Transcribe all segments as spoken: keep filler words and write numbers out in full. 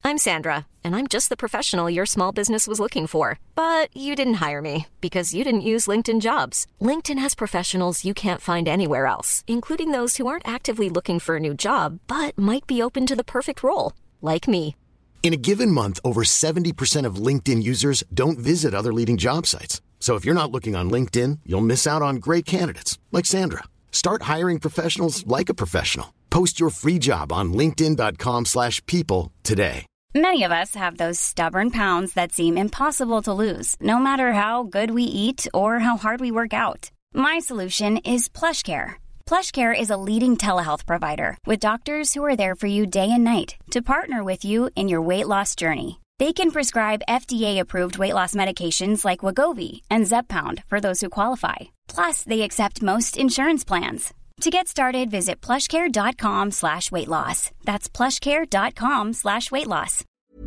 I'm Sandra, and I'm just the professional your small business was looking for. But you didn't hire me because you didn't use LinkedIn Jobs. LinkedIn has professionals you can't find anywhere else, including those who aren't actively looking for a new job, but might be open to the perfect role, like me. In a given month, over seventy percent of LinkedIn users don't visit other leading job sites. So if you're not looking on LinkedIn, you'll miss out on great candidates like Sandra. Start hiring professionals like a professional. Post your free job on linkedin.com slash people today. Many of us have those stubborn pounds that seem impossible to lose, no matter how good we eat or how hard we work out. My solution is PlushCare. PlushCare is a leading telehealth provider with doctors who are there for you day and night to partner with you in your weight loss journey. They can prescribe F D A-approved weight loss medications like Wegovy and Zepbound for those who qualify. Plus, they accept most insurance plans. To get started, visit plushcare.com slash weight loss. That's plushcare.com slash weight loss.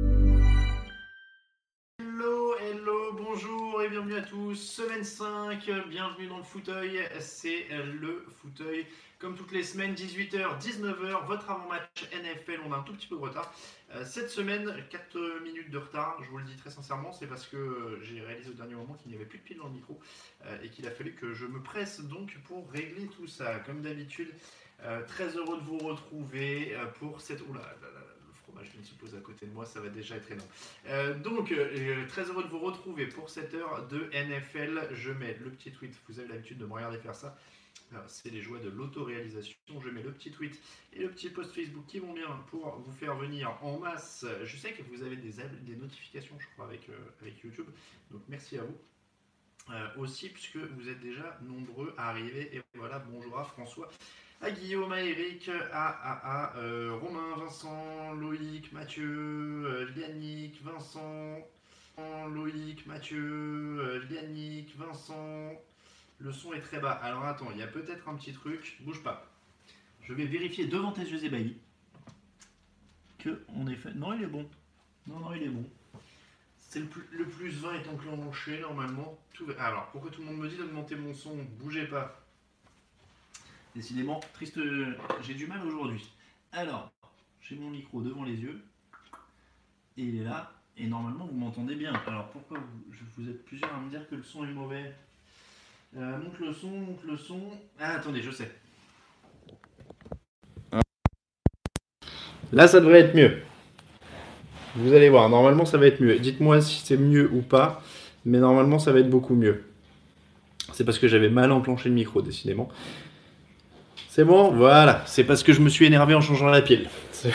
Hello, hello, bonjour et bienvenue à tous. Semaine cinq, bienvenue dans le fauteuil. C'est le fauteuil. Comme toutes les semaines, dix-huit heures, dix-neuf heures, votre avant-match N F L. On a un tout petit peu de retard. Euh, cette semaine, quatre minutes de retard. Je vous le dis très sincèrement, c'est parce que j'ai réalisé au dernier moment qu'il n'y avait plus de piles dans le micro euh, et qu'il a fallu que je me presse donc pour régler tout ça. Comme d'habitude, euh, très heureux de vous retrouver euh, pour cette... Oula, là, là, le fromage vient de se poser à côté de moi, ça va déjà être énorme. Euh, donc, euh, très heureux de vous retrouver pour cette heure de N F L. Je mets le petit tweet, vous avez l'habitude de me regarder faire ça. Alors, c'est les joies de l'autoréalisation. Je mets le petit tweet et le petit post Facebook qui vont bien pour vous faire venir en masse. Je sais que vous avez des, des notifications, je crois, avec, euh, avec YouTube. Donc, merci à vous. Euh, aussi, puisque vous êtes déjà nombreux à arriver. Et voilà, bonjour à François, à Guillaume, à Eric, à, à, à euh, Romain, Vincent, Loïc, Mathieu, euh, Yannick, Vincent, Loïc, Mathieu, euh, Yannick, Vincent... Le son est très bas. Alors attends, il y a peut-être un petit truc. Bouge pas. Je vais vérifier devant tes yeux ébahis que on est fait. Non, il est bon. Non, non, il est bon. C'est le plus, le plus vingt est enclenché normalement. Tout va... Alors, pour que tout le monde me dise d'augmenter mon son, bougez pas. Décidément, triste. J'ai du mal aujourd'hui. Alors, j'ai mon micro devant les yeux. Et il est là. Et normalement, vous m'entendez bien. Alors, pourquoi vous, vous êtes plusieurs à me dire que le son est mauvais ? Euh, monte le son, monte le son. Ah, attendez, je sais. Là, ça devrait être mieux. Vous allez voir, normalement, ça va être mieux. Dites-moi si c'est mieux ou pas, mais normalement, ça va être beaucoup mieux. C'est parce que j'avais mal enclenché le micro, décidément. C'est bon, voilà. C'est parce que je me suis énervé en changeant la pile. C'est...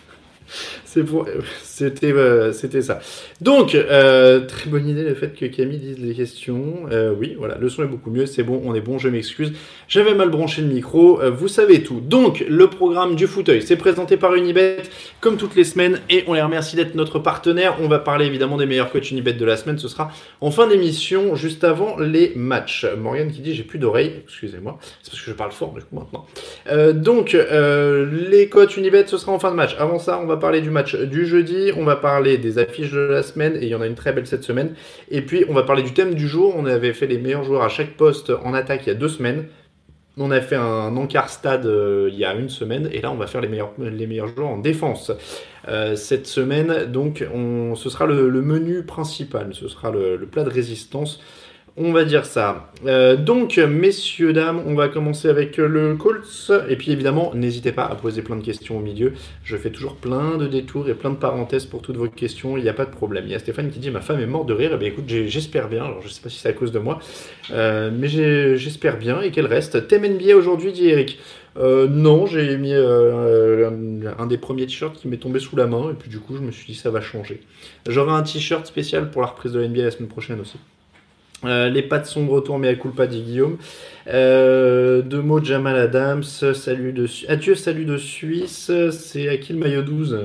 C'est pour... c'était, euh, c'était ça. Donc, euh, très bonne idée le fait que Camille dise les questions. Euh, oui, voilà, le son est beaucoup mieux, c'est bon, on est bon, je m'excuse. J'avais mal branché le micro, euh, vous savez tout. Donc, le programme du fauteuil, c'est présenté par Unibet, comme toutes les semaines, et on les remercie d'être notre partenaire. On va parler évidemment des meilleurs coachs Unibet de la semaine, ce sera en fin d'émission, juste avant les matchs. Morgane qui dit, j'ai plus d'oreilles, excusez-moi, c'est parce que je parle fort du coup maintenant. Euh, donc, euh, les coachs Unibet, ce sera en fin de match. Avant ça, on va parler du match du jeudi, on va parler des affiches de la semaine et il y en a une très belle cette semaine, et puis on va parler du thème du jour. On avait fait les meilleurs joueurs à chaque poste en attaque il y a deux semaines, on a fait un encart stade euh, il y a une semaine, et là on va faire les meilleurs, les meilleurs joueurs en défense euh, cette semaine. Donc on, ce sera le, le menu principal, ce sera le, le plat de résistance, on va dire ça. Euh, donc, messieurs, dames, on va commencer avec le Colts. Et puis, évidemment, n'hésitez pas à poser plein de questions au milieu. Je fais toujours plein de détours et plein de parenthèses pour toutes vos questions. Il n'y a pas de problème. Il y a Stéphane qui dit « Ma femme est morte de rire. » Eh bien, écoute, j'espère bien. Alors, je ne sais pas si c'est à cause de moi. Euh, mais j'espère bien. Et qu'elle reste. Thème N B A aujourd'hui, dit Eric. Euh, non, j'ai mis euh, un, un des premiers t-shirts qui m'est tombé sous la main. Et puis, du coup, je me suis dit « Ça va changer. » J'aurai un t-shirt spécial pour la reprise de la N B A la semaine prochaine aussi. Euh, les pattes sont de retour, mais à culpa, dit Guillaume. Euh, deux mots de Jamal Adams. Salut de Su- Adieu, salut de Suisse. C'est à qui le maillot douze?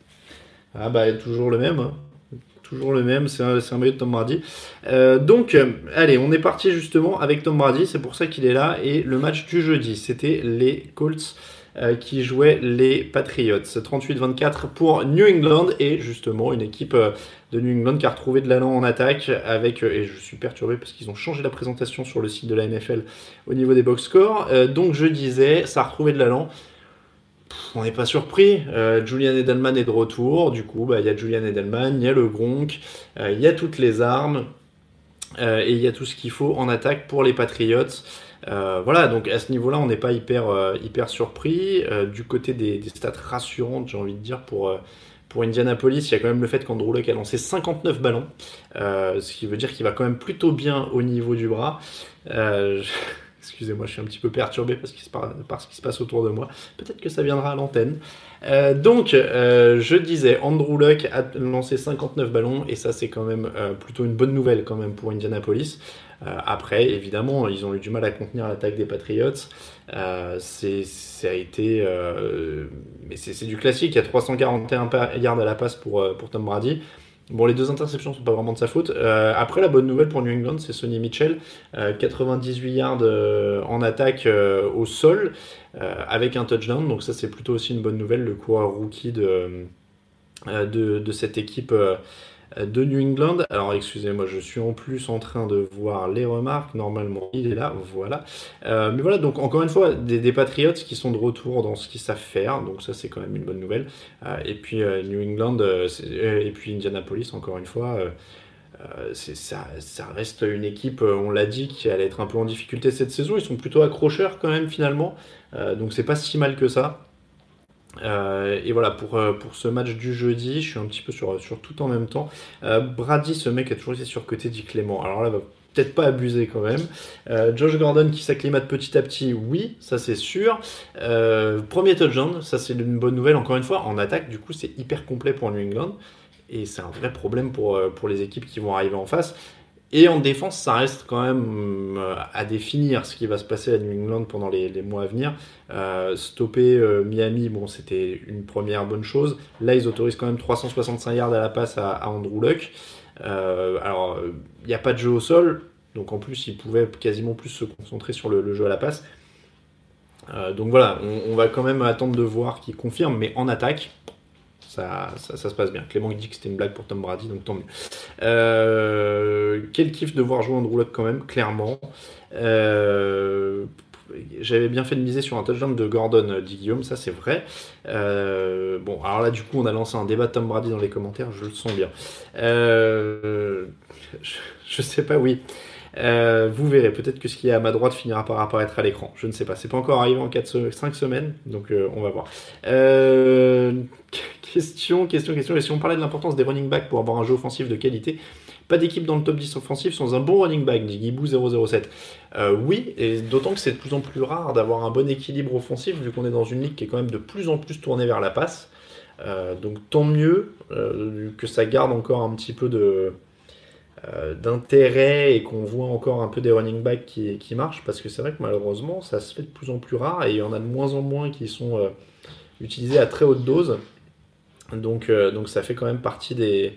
Ah bah toujours le même. Hein. Toujours le même, c'est un, c'est un maillot de Tom Brady. Euh, donc, euh, allez, on est parti justement avec Tom Brady, c'est pour ça qu'il est là. Et le match du jeudi, c'était les Colts euh, qui jouaient les Patriots. trente-huit vingt-quatre pour New England, et justement une équipe euh, de New England qui a retrouvé de l'allant en attaque avec, euh, et je suis perturbé parce qu'ils ont changé la présentation sur le site de la N F L au niveau des box scores. Euh, donc je disais, ça a retrouvé de l'allant. On n'est pas surpris. Euh, Julian Edelman est de retour. Du coup, bah, il y a Julian Edelman, il y a le Gronk, euh, il y a toutes les armes euh, et il y a tout ce qu'il faut en attaque pour les Patriots. Euh, voilà, donc à ce niveau-là, on n'est pas hyper, euh, hyper surpris. Euh, du côté des, des stats rassurantes, j'ai envie de dire, pour, euh, pour Indianapolis, il y a quand même le fait qu'Andrew Luck a lancé cinquante-neuf ballons, euh, ce qui veut dire qu'il va quand même plutôt bien au niveau du bras. Euh, je... Excusez-moi, je suis un petit peu perturbé parce qu'il se par... par ce qui se passe autour de moi. Peut-être que ça viendra à l'antenne. Euh, donc, euh, je disais, Andrew Luck a lancé cinquante-neuf ballons et ça, c'est quand même euh, plutôt une bonne nouvelle quand même pour Indianapolis. Euh, après, évidemment, ils ont eu du mal à contenir l'attaque des Patriots. Euh, c'est, ça a été, euh, mais c'est, c'est du classique. Il y a trois cent quarante et un yards à la passe pour, pour Tom Brady. Bon, les deux interceptions sont pas vraiment de sa faute. Euh, après, la bonne nouvelle pour New England, c'est Sonny Mitchell, euh, quatre-vingt-dix-huit yards euh, en attaque euh, au sol, euh, avec un touchdown. Donc ça, c'est plutôt aussi une bonne nouvelle, le coureur rookie de, euh, de, de cette équipe euh, de New England. Alors, excusez-moi, je suis en plus en train de voir les remarques. Normalement, il est là, voilà. Euh, mais voilà, donc encore une fois, des, des Patriots qui sont de retour dans ce qu'ils savent faire. Donc ça, c'est quand même une bonne nouvelle. Euh, et puis euh, New England, euh, c'est, euh, et puis Indianapolis, encore une fois, euh, euh, c'est, ça, ça reste une équipe, euh, on l'a dit, qui allait être un peu en difficulté cette saison. Ils sont plutôt accrocheurs quand même, finalement. Euh, donc c'est pas si mal que ça. Euh, et voilà, pour, pour ce match du jeudi, je suis un petit peu sur, sur tout en même temps. Euh, Brady, ce mec a toujours été surcoté, dit Clément. Alors là, va peut-être pas abuser quand même. Euh, Josh Gordon qui s'acclimate petit à petit, oui, ça c'est sûr. Euh, premier touchdown, ça c'est une bonne nouvelle. Encore une fois, en attaque, du coup, c'est hyper complet pour New England. Et c'est un vrai problème pour, pour les équipes qui vont arriver en face. Et en défense, ça reste quand même euh, à définir ce qui va se passer à New England pendant les, les mois à venir. Euh, stopper euh, Miami, bon, c'était une première bonne chose. Là, ils autorisent quand même trois cent soixante-cinq yards à la passe à, à Andrew Luck. Euh, alors, il n'y a pas de jeu au sol, donc en plus, ils pouvaient quasiment plus se concentrer sur le, le jeu à la passe. Euh, donc voilà, on, on va quand même attendre de voir qu'ils confirment, mais en attaque, Ça, ça, ça se passe bien. Clément dit que c'était une blague pour Tom Brady, donc tant mieux. Euh, quel kiff de voir jouer Andrew Luck quand même, clairement. Euh, j'avais bien fait de miser sur un touchdown de Gordon, dit Guillaume, ça c'est vrai. Euh, bon, alors là du coup on a lancé un débat de Tom Brady dans les commentaires, je le sens bien. Euh, je, je sais pas, oui. Euh, vous verrez, peut-être que ce qui est à ma droite finira par apparaître à l'écran. Je ne sais pas, c'est pas encore arrivé en quatre, cinq semaines, donc euh, on va voir. Euh, question, question, question. Et si on parlait de l'importance des running backs pour avoir un jeu offensif de qualité, pas d'équipe dans le top dix offensif sans un bon running back, dit Guibou zéro zéro sept. Euh, oui, et d'autant que c'est de plus en plus rare d'avoir un bon équilibre offensif, vu qu'on est dans une ligue qui est quand même de plus en plus tournée vers la passe. Euh, donc tant mieux euh, que ça garde encore un petit peu de... Euh, d'intérêt et qu'on voit encore un peu des running backs qui, qui marchent, parce que c'est vrai que malheureusement ça se fait de plus en plus rare et il y en a de moins en moins qui sont euh, utilisés à très haute dose, donc, euh, donc ça fait quand même partie des...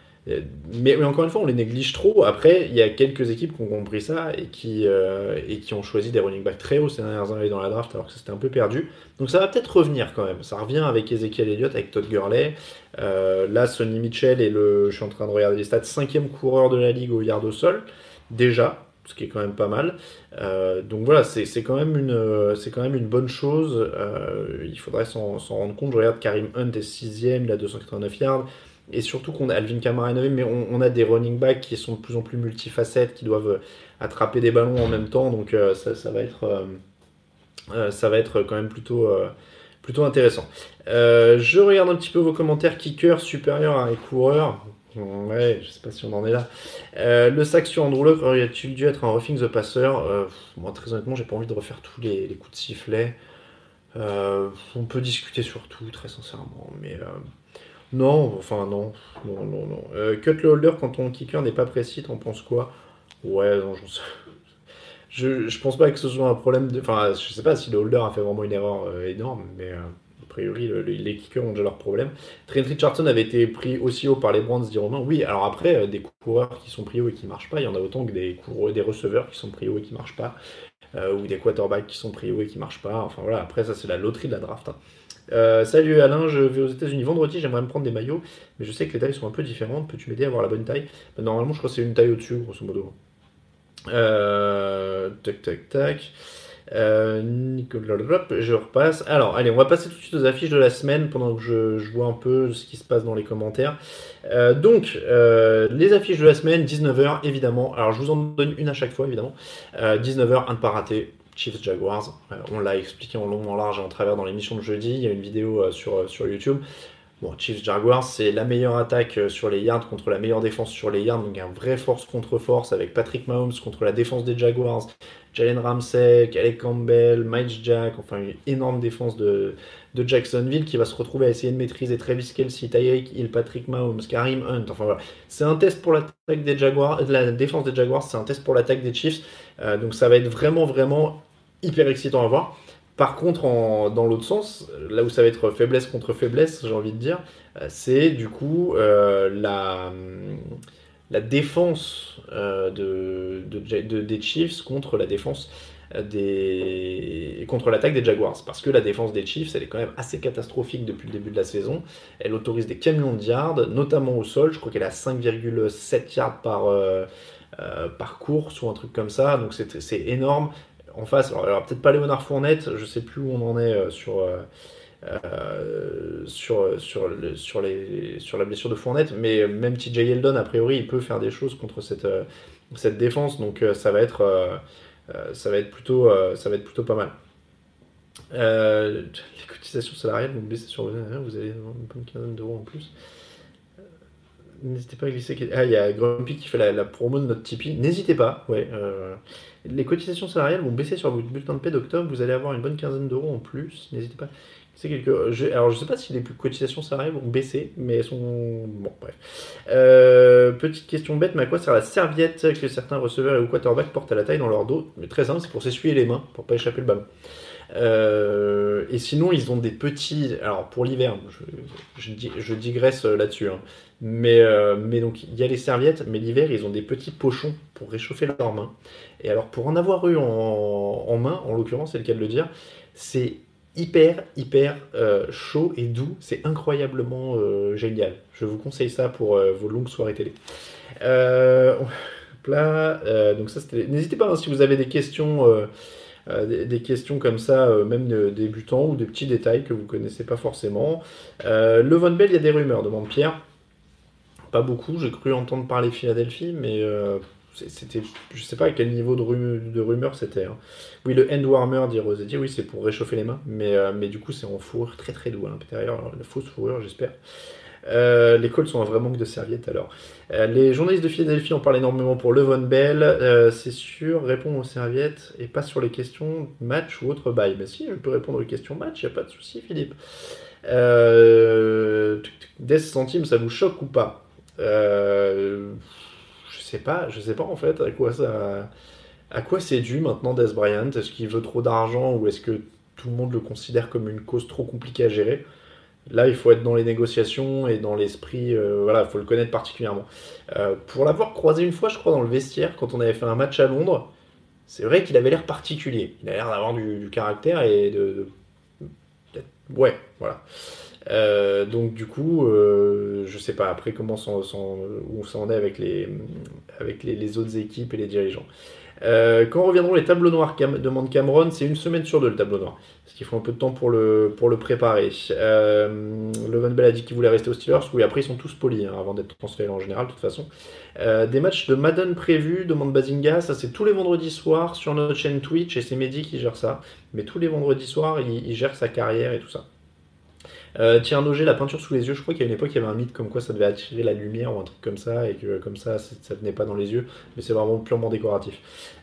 Mais, mais encore une fois on les néglige trop. Après il y a quelques équipes qui ont compris ça et qui, euh, et qui ont choisi des running backs très hauts ces dernières années dans la draft alors que c'était un peu perdu, donc ça va peut-être revenir quand même. Ça revient avec Ezekiel Elliott, avec Todd Gurley. Euh, là, Sonny Mitchell est le, je suis en train de regarder les stats, cinquième coureur de la ligue au yard au sol, déjà, ce qui est quand même pas mal. Euh, donc voilà, c'est, c'est, quand même une, c'est quand même une bonne chose. Euh, il faudrait s'en, s'en rendre compte. Je regarde Kareem Hunt est sixième, il a deux cent quatre-vingt-neuf yards. Et surtout qu'on a Alvin Kamara est neuvième, mais on, on a des running backs qui sont de plus en plus multifacettes, qui doivent attraper des ballons en même temps. Donc euh, ça, ça, va être, euh, euh, ça va être quand même plutôt... Euh, Plutôt intéressant. Euh, je regarde un petit peu vos commentaires. Kicker supérieur à un coureur. Ouais, je sais pas si on en est là. Euh, le sac sur Andrew Luck aurait-il dû être un roughing the passer? euh, Moi, très honnêtement, j'ai pas envie de refaire tous les, les coups de sifflet. Euh, on peut discuter sur tout, très sincèrement. Mais euh, non, enfin non. Non, non, non. Euh, cut le holder quand ton kicker n'est pas précis, t'en penses quoi? Ouais, non, j'en sais. Je, je pense pas que ce soit un problème de... Enfin, je sais pas si le holder a fait vraiment une erreur euh, énorme, mais euh, a priori, le, le, les kickers ont déjà leurs problèmes. Trent Richardson avait été pris aussi haut par les Browns, dit Romain. Oui, alors après, euh, des coureurs qui sont pris haut et qui marchent pas, il y en a autant que des, coureurs, des receveurs qui sont pris haut et qui marchent pas, euh, ou des quarterbacks qui sont pris haut et qui marchent pas. Enfin voilà, après, ça c'est la loterie de la draft. Hein. Euh, salut Alain, je vais aux États-Unis vendredi, j'aimerais me prendre des maillots, mais je sais que les tailles sont un peu différentes. Peux-tu m'aider à avoir la bonne taille? bah, Normalement, je crois que c'est une taille au-dessus, grosso modo. Euh, tac tac tac. Euh, Nicolas, je repasse. Alors, allez, on va passer tout de suite aux affiches de la semaine pendant que je, je vois un peu ce qui se passe dans les commentaires. Euh, donc, euh, les affiches de la semaine, dix-neuf heures, évidemment. Alors, je vous en donne une à chaque fois, évidemment. Euh, dix-neuf heures, à ne pas rater. Chiefs Jaguars. Euh, on l'a expliqué en long, en large et en travers dans l'émission de jeudi. Il y a une vidéo euh, sur, sur YouTube. Bon, Chiefs Jaguars, c'est la meilleure attaque sur les yards contre la meilleure défense sur les yards. Donc, un vrai force contre force avec Patrick Mahomes contre la défense des Jaguars. Jalen Ramsey, Calais Campbell, Miles Jack, enfin une énorme défense de, de Jacksonville qui va se retrouver à essayer de maîtriser Travis Kelce, Tyreek Hill, Patrick Mahomes, Kareem Hunt. Enfin voilà, c'est un test pour l'attaque des Jaguars, la défense des Jaguars, c'est un test pour l'attaque des Chiefs. Euh, donc ça va être vraiment vraiment hyper excitant à voir. Par contre, en, dans l'autre sens, là où ça va être faiblesse contre faiblesse, j'ai envie de dire, euh, c'est du coup euh, la la défense euh, de, de, de, des Chiefs contre la défense des contre l'attaque des Jaguars, parce que la défense des Chiefs elle est quand même assez catastrophique depuis le début de la saison. Elle autorise des camions de yards, notamment au sol. Je crois qu'elle a cinq virgule sept yards par, euh, euh, par course ou un truc comme ça, donc c'est, c'est énorme. En face, alors, alors peut-être pas Léonard Fournette, je sais plus où on en est euh, sur euh, Euh, sur, sur, le, sur, les, sur la blessure de Fournette, mais même T J Yeldon, a priori, il peut faire des choses contre cette, euh, cette défense, donc euh, ça, va être, euh, euh, ça, va être plutôt, euh, ça va être plutôt pas mal. Euh, les cotisations salariales vont baisser sur vous avez une bonne quinzaine d'euros en plus. N'hésitez pas à glisser. Ah, il y a Grumpy qui fait la, la promo de notre Tipeee. N'hésitez pas, ouais. Euh, les cotisations salariales vont baisser sur votre bulletin de paie d'octobre. Vous allez avoir une bonne quinzaine d'euros en plus. N'hésitez pas. C'est quelque... je... Alors, je sais pas si les cotisations salariales vont baisser, mais elles sont. Bon, bref. Euh, petite question bête, mais à quoi sert la serviette que certains receveurs et ou quarterbacks portent à la taille dans leur dos? Mais très simple, c'est pour s'essuyer les mains, pour pas échapper le ballon. Euh, et sinon, ils ont des petits. Alors, pour l'hiver, je, je, je digresse là-dessus. Hein. Mais, euh, mais donc, il y a les serviettes, mais l'hiver, ils ont des petits pochons pour réchauffer leurs mains. Et alors, pour en avoir eu en, en main, en l'occurrence, c'est le cas de le dire, c'est hyper, hyper euh, chaud et doux. C'est incroyablement euh, génial. Je vous conseille ça pour euh, vos longues soirées télé. Euh, là, euh, donc ça, c'était... N'hésitez pas hein, si vous avez des questions. Euh, Euh, des, des questions comme ça, euh, même de débutants ou des petits détails que vous ne connaissez pas forcément. Euh, le Von Bell, il y a des rumeurs, demande Pierre. Pas beaucoup, j'ai cru entendre parler Philadelphie, mais euh, c'était, je ne sais pas à quel niveau de, rum, de rumeur c'était. Hein. Oui, le hand warmer, dit Rosetti, oui, c'est pour réchauffer les mains, mais, euh, mais du coup, c'est en fourrure très très doux à l'intérieur, alors, la fausse fourrure, j'espère. Euh, les Colts sont un vrai manque de serviettes alors. Euh, les journalistes de Philadelphie en parlent énormément pour le Von Bell. Euh, c'est sûr, répond aux serviettes et pas sur les questions match ou autre bail. Mais si, je peux répondre aux questions match, il n'y a pas de souci, Philippe. Euh, Des centimes, ça vous choque ou pas? euh, Je sais pas, je sais pas en fait à quoi ça, à quoi c'est dû maintenant Dez Bryant. Est-ce qu'il veut trop d'argent ou est-ce que tout le monde le considère comme une cause trop compliquée à gérer? Là, il faut être dans les négociations et dans l'esprit, euh, voilà, il faut le connaître particulièrement. Euh, pour l'avoir croisé une fois, je crois, dans le vestiaire, quand on avait fait un match à Londres, c'est vrai qu'il avait l'air particulier. Il a l'air d'avoir du, du caractère et de... de... Ouais, voilà. Euh, donc du coup, euh, je sais pas après comment s'en, s'en, où ça en est avec les, avec les, les autres équipes et les dirigeants. Euh, quand reviendront les tableaux noirs, Cam- demande Cameron, c'est une semaine sur deux le tableau noir. Parce qu'il faut un peu de temps pour le, pour le préparer. Euh, le Von Bell a dit qu'il voulait rester aux Steelers. Oui, après ils sont tous polis hein, avant d'être transférés en général, de toute façon. Euh, des matchs de Madden prévus, demande Bazinga. Ça, c'est tous les vendredis soirs sur notre chaîne Twitch et c'est Mehdi qui gère ça. Mais tous les vendredis soirs, il, il gère sa carrière et tout ça. Euh, Thierry Noger, la peinture sous les yeux, je crois qu'à une époque il y avait un mythe comme quoi ça devait attirer la lumière ou un truc comme ça et que comme ça ça tenait pas dans les yeux, mais c'est vraiment purement décoratif.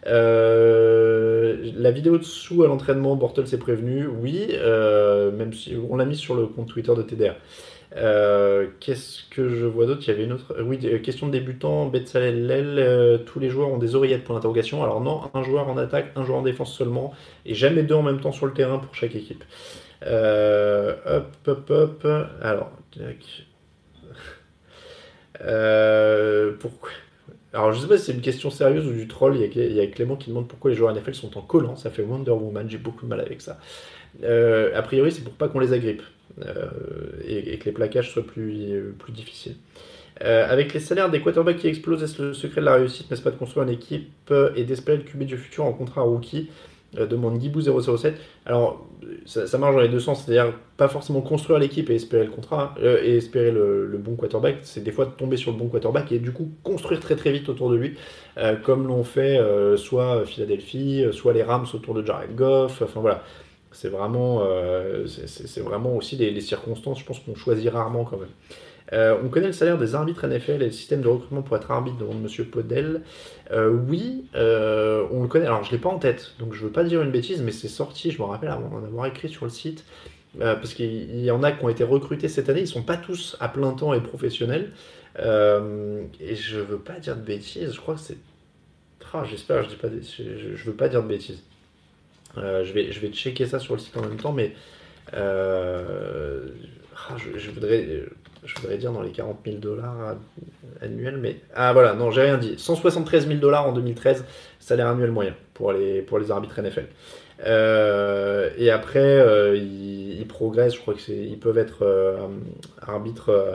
Euh, la vidéo dessous à l'entraînement, Bortles est prévenu, oui, euh, même si on l'a mis sur le compte Twitter de T D R. Euh, qu'est-ce que je vois d'autre? Il y avait une autre. Oui, question de débutant, Betsalel Lel, euh, tous les joueurs ont des oreillettes pour l'interrogation. Alors non, un joueur en attaque, un joueur en défense seulement, et jamais deux en même temps sur le terrain pour chaque équipe. Euh, hop, hop, hop. Alors, euh, pourquoi Alors, je sais pas si c'est une question sérieuse ou du troll. Il y, a, il y a Clément qui demande pourquoi les joueurs N F L sont en collant. Ça fait Wonder Woman. J'ai beaucoup de mal avec ça. Euh, a priori, c'est pour pas qu'on les agrippe euh, et, et que les plaquages soient plus, plus difficiles. Euh, avec les salaires des quarterbacks qui explosent, est-ce le secret de la réussite n'est-ce pas de construire une équipe et d'espérer le Q B du futur en contrat rookie? euh, demande Guibou zéro zéro sept. Alors, ça, ça marche dans les deux sens, c'est-à-dire pas forcément construire l'équipe et espérer le contrat, euh, et espérer le, le bon quarterback, c'est des fois tomber sur le bon quarterback et du coup construire très très vite autour de lui, euh, comme l'ont fait euh, soit Philadelphie, soit les Rams autour de Jared Goff, enfin voilà. C'est vraiment, euh, c'est, c'est vraiment aussi les, les circonstances, je pense qu'on choisit rarement quand même. Euh, on connaît le salaire des arbitres N F L et le système de recrutement pour être arbitre, demande Monsieur Podel. Euh, oui, euh, on le connaît. Alors, je ne l'ai pas en tête, donc je ne veux pas dire une bêtise, mais c'est sorti, je me rappelle en avoir écrit sur le site, euh, parce qu'il y en a qui ont été recrutés cette année, ils ne sont pas tous à plein temps et professionnels. Euh, et je ne veux pas dire de bêtises, je crois que c'est... Ah, j'espère, je dis pas, je ne veux pas dire de bêtises. Euh, je, vais, je vais checker ça sur le site en même temps, mais euh, ah, je, je, voudrais, je voudrais dire dans les quarante mille dollars annuels, mais... Ah voilà, non, j'ai rien dit. cent soixante-treize mille dollars en deux mille treize, salaire annuel moyen pour les, pour les arbitres N F L. Euh, et après, euh, ils, ils progressent, je crois qu'ils peuvent être euh, arbitres... Euh,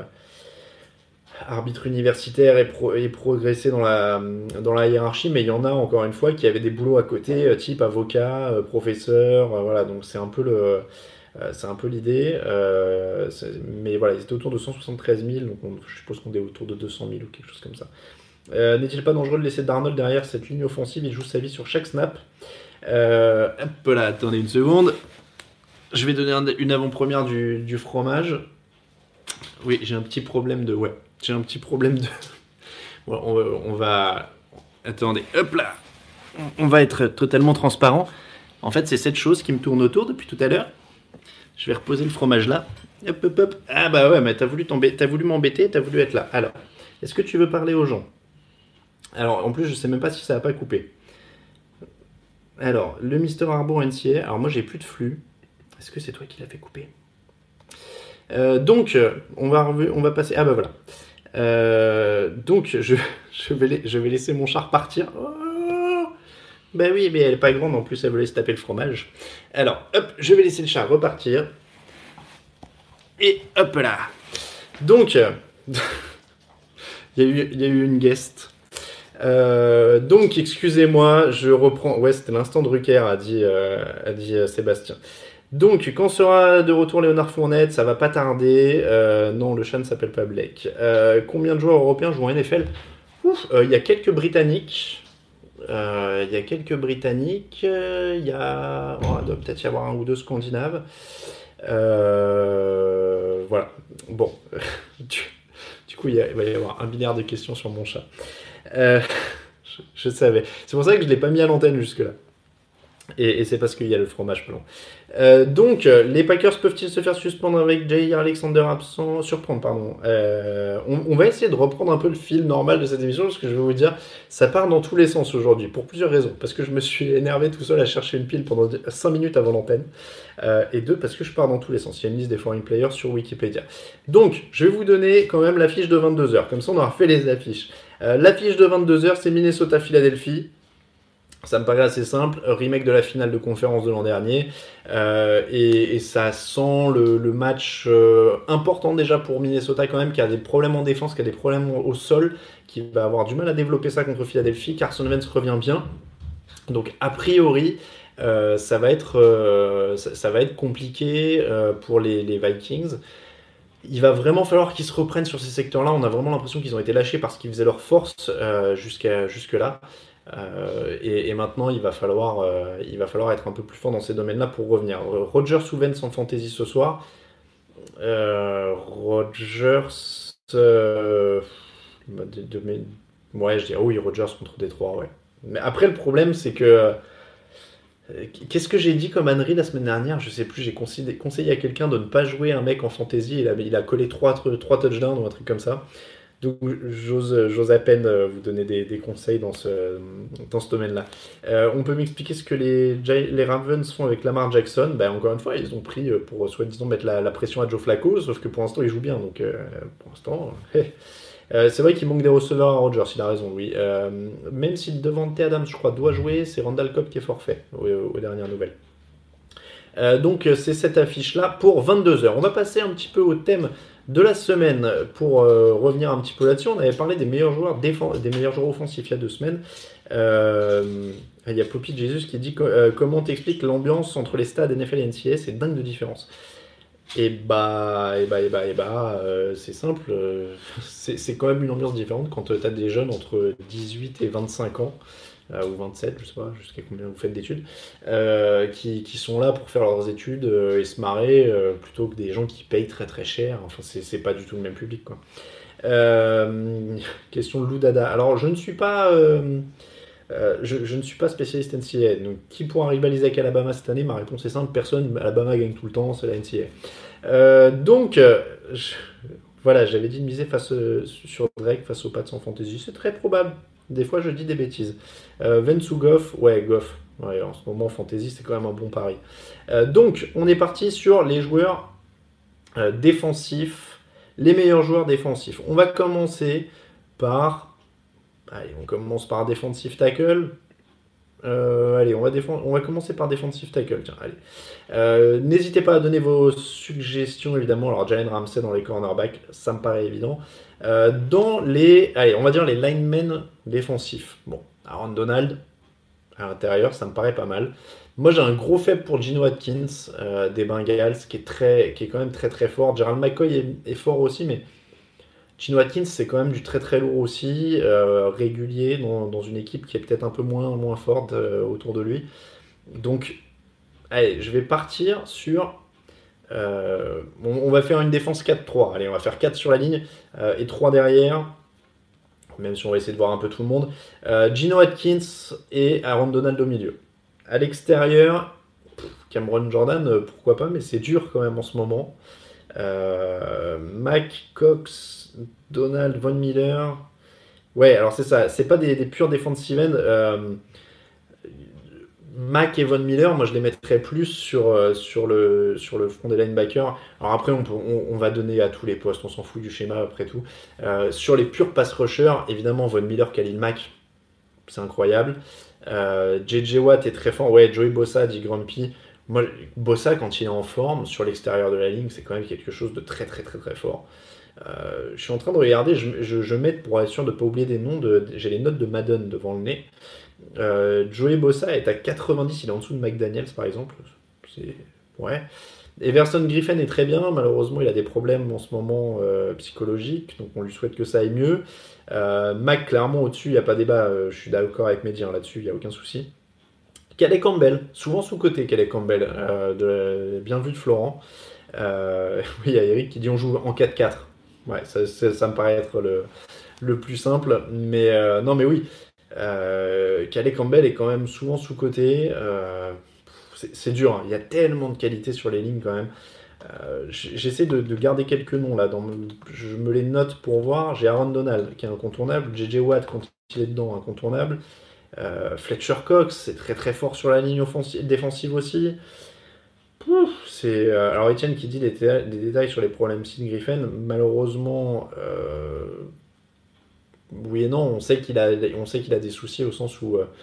arbitre universitaire et, pro, et progresser dans la, dans la hiérarchie, mais il y en a encore une fois qui avaient des boulots à côté, type avocat, euh, professeur, euh, voilà, donc c'est un peu le, euh, c'est un peu l'idée, euh, mais voilà, ils étaient autour de cent soixante-treize mille, donc on, je suppose qu'on est autour de deux cent mille ou quelque chose comme ça. Euh, n'est-il pas dangereux de laisser Darnold derrière cette ligne offensive? Il joue sa vie sur chaque snap. Euh, hop là, attendez une seconde, je vais donner un, une avant-première du, du fromage. Oui, j'ai un petit problème de... Ouais, j'ai un petit problème de... Bon, on, va, on va... Attendez, hop là. On va être totalement transparent. En fait, c'est cette chose qui me tourne autour depuis tout à l'heure. Je vais reposer le fromage là. Hop, hop, hop. Ah bah ouais, mais t'as voulu, t'as voulu m'embêter, t'as voulu être là. Alors, est-ce que tu veux parler aux gens? Alors, en plus, je sais même pas si ça va pas couper. Alors, le Mister Harbour N C A. Alors, moi, j'ai plus de flux. Est-ce que c'est toi qui l'as fait couper? Euh, donc, on va, on va passer... Ah bah voilà. Euh, donc, je, je, vais, je vais laisser mon chat repartir. Oh, bah oui, mais elle est pas grande, en plus elle veut laisser taper le fromage. Alors, hop, je vais laisser le chat repartir. Et hop là. Donc, il y a eu, il y a eu une guest. Euh, donc, excusez-moi, je reprends... Ouais, c'était l'instant de Drucker, a dit, euh, a dit euh, Sébastien. Donc, quand sera de retour Léonard Fournette, ça va pas tarder. Euh, non, le chat ne s'appelle pas Blake. Euh, combien de joueurs européens jouent en N F L? Ouf, il euh, y a quelques Britanniques. Il euh, y a quelques Britanniques. Il euh, y a... Oh, il doit peut-être y avoir un ou deux Scandinaves. Euh, voilà. Bon. du, du coup, il, y a, il va y avoir un binaire de questions sur mon chat. Euh, je, je savais. C'est pour ça que je ne l'ai pas mis à l'antenne jusque-là. Et, et c'est parce qu'il y a le fromage pas long. Euh, donc, les Packers peuvent-ils se faire suspendre avec Jair Alexander absent? Surprendre, pardon. Euh, on, on va essayer de reprendre un peu le fil normal de cette émission, parce que je vais vous dire, ça part dans tous les sens aujourd'hui, pour plusieurs raisons. Parce que je me suis énervé tout seul à chercher une pile pendant cinq minutes avant l'antenne. Euh, et deux, parce que je pars dans tous les sens. Il y a une liste des foreign players sur Wikipédia. Donc, je vais vous donner quand même l'affiche de vingt-deux heures. Comme ça, on aura fait les affiches. Euh, l'affiche de vingt-deux heures, c'est Minnesota-Philadelphie. Ça me paraît assez simple, remake de la finale de conférence de l'an dernier, euh, et, et ça sent le, le match euh, important déjà pour Minnesota quand même, qui a des problèmes en défense, qui a des problèmes au sol, qui va avoir du mal à développer ça contre Philadelphie. Carson Wentz revient bien, donc a priori euh, ça, va être, euh, ça, ça va être compliqué euh, pour les, les Vikings. Il va vraiment falloir qu'ils se reprennent sur ces secteurs-là. On a vraiment l'impression qu'ils ont été lâchés parce qu'ils faisaient leur force euh, jusqu'à, jusque-là. Euh, et, et maintenant il va falloir euh, il va falloir être un peu plus fort dans ces domaines-là pour revenir. Rodgers ou Wentz en fantasy ce soir. euh, Rodgers euh, de, de mes... ouais je dirais oui Rodgers contre Détroit, ouais. Mais après le problème c'est que euh, qu'est-ce que j'ai dit comme ânerie la semaine dernière, je sais plus, j'ai conseillé, conseillé à quelqu'un de ne pas jouer un mec en fantasy, il a, il a collé trois touchdowns ou un truc comme ça. Donc j'ose, j'ose à peine vous donner des, des conseils dans ce, dans ce domaine-là. Euh, on peut m'expliquer ce que les, les Ravens font avec Lamar Jackson? Ben, encore une fois, ils ont pris pour soi-disant mettre la, la pression à Joe Flacco, sauf que pour l'instant il joue bien. Donc euh, pour l'instant, euh, c'est vrai qu'il manque des receveurs à Rodgers, il a raison, oui. Euh, même si Devante Adams, je crois, doit jouer, c'est Randall Cobb qui est forfait aux, aux dernières nouvelles. Euh, donc c'est cette affiche-là pour vingt-deux heures. On va passer un petit peu au thème de la semaine, pour euh, revenir un petit peu là-dessus, on avait parlé des meilleurs joueurs, défense, des meilleurs joueurs offensifs il y a deux semaines. Euh, il y a Poppy Jesus qui dit euh, comment t'expliques l'ambiance entre les stades N F L et N C A A, c'est dingue de différence. Et bah, et bah, et bah, et bah euh, c'est simple, euh, c'est, c'est quand même une ambiance différente quand euh, t'as des jeunes entre dix-huit et vingt-cinq ans, euh, ou vingt-sept, je sais pas, jusqu'à combien vous faites d'études, euh, qui, qui sont là pour faire leurs études euh, et se marrer, euh, plutôt que des gens qui payent très très cher. Enfin, c'est, c'est pas du tout le même public, quoi. Euh, question de Lou Dada. Alors, je ne suis pas... Euh, euh, je, je ne suis pas spécialiste N C A A, donc qui pourra rivaliser avec Alabama cette année? Ma réponse est simple, personne. Alabama gagne tout le temps, c'est la N C A A. Euh, donc, euh, je, voilà, j'avais dit de miser face, euh, sur Drake face aux Pats en fantasy. C'est très probable. Des fois, je dis des bêtises. Euh, Vance ou Goff? Ouais, Goff. Ouais, en ce moment, fantasy, c'est quand même un bon pari. Euh, donc, on est parti sur les joueurs euh, défensifs, les meilleurs joueurs défensifs. On va commencer par... Allez, on commence par defensive tackle. Euh, allez, on va, défend... on va commencer par defensive tackle. Tiens, allez. Euh, n'hésitez pas à donner vos suggestions, évidemment. Alors, Jalen Ramsey dans les cornerbacks, ça me paraît évident. Euh, dans les... Allez, on va dire les linemen défensifs. Bon, Aaron Donald, à l'intérieur, ça me paraît pas mal. Moi, j'ai un gros faible pour Geno Atkins, euh, des Bengals, qui est, très... qui est quand même très très fort. Gerald McCoy est, est fort aussi, mais... Geno Atkins, c'est quand même du très très lourd aussi, euh, régulier dans, dans une équipe qui est peut-être un peu moins, moins forte euh, autour de lui. Donc, allez, je vais partir sur... Euh, on, on va faire une défense quatre trois. Allez, on va faire quatre sur la ligne euh, et trois derrière, même si on va essayer de voir un peu tout le monde. Euh, Geno Atkins et Aaron Donald au milieu. À l'extérieur, Cameron Jordan, euh, pourquoi pas, mais c'est dur quand même en ce moment. Euh, Mac, Cox, Donald, Von Miller. Ouais, alors c'est ça, c'est pas des, des purs defensive end. Euh, Mac et Von Miller, moi je les mettrais plus sur, euh, sur, le, sur le front des linebackers. Alors après, on, peut, on, on va donner à tous les postes, on s'en fout du schéma après tout. Euh, sur les purs pass rushers, évidemment, Von Miller, Khalil Mack, c'est incroyable. Euh, J J Watt est très fort. Ouais, Joey Bosa, dit Grumpy. Moi, Bosa, quand il est en forme, sur l'extérieur de la ligne, c'est quand même quelque chose de très très très très fort. Euh, je suis en train de regarder, je, je, je mets pour être sûr de ne pas oublier des noms, de, j'ai les notes de Madden devant le nez. Euh, Joey Bosa est à quatre-vingt-dix, il est en dessous de McDaniels par exemple. C'est... Ouais. Everson Griffin est très bien, malheureusement il a des problèmes en ce moment euh, psychologiques, donc on lui souhaite que ça aille mieux. Euh, Mac, clairement au-dessus, il n'y a pas débat, euh, je suis d'accord avec Mehdi hein, là-dessus, il n'y a aucun souci. Calais Campbell, souvent sous-côté Calais Campbell, euh, de, bien vu de Florent. Euh, oui, il y a Eric qui dit on joue en quatre quatre. Ouais, ça, ça, ça me paraît être le, le plus simple, mais euh, non mais oui, euh, Calais Campbell est quand même souvent sous-côté. Euh, c'est, c'est dur, hein. Il y a tellement de qualité sur les lignes quand même. Euh, j'essaie de, de garder quelques noms là, dans, je me les note pour voir. J'ai Aaron Donald qui est incontournable, J J Watt quand il est dedans incontournable. Euh, Fletcher Cox, c'est très très fort sur la ligne offensive, défensive aussi. Pouf, c'est, euh, alors Etienne qui dit des, des détails sur les problèmes de Griffin. Malheureusement, euh, oui et non. On sait qu'il a, on sait qu'il a des soucis au sens où euh,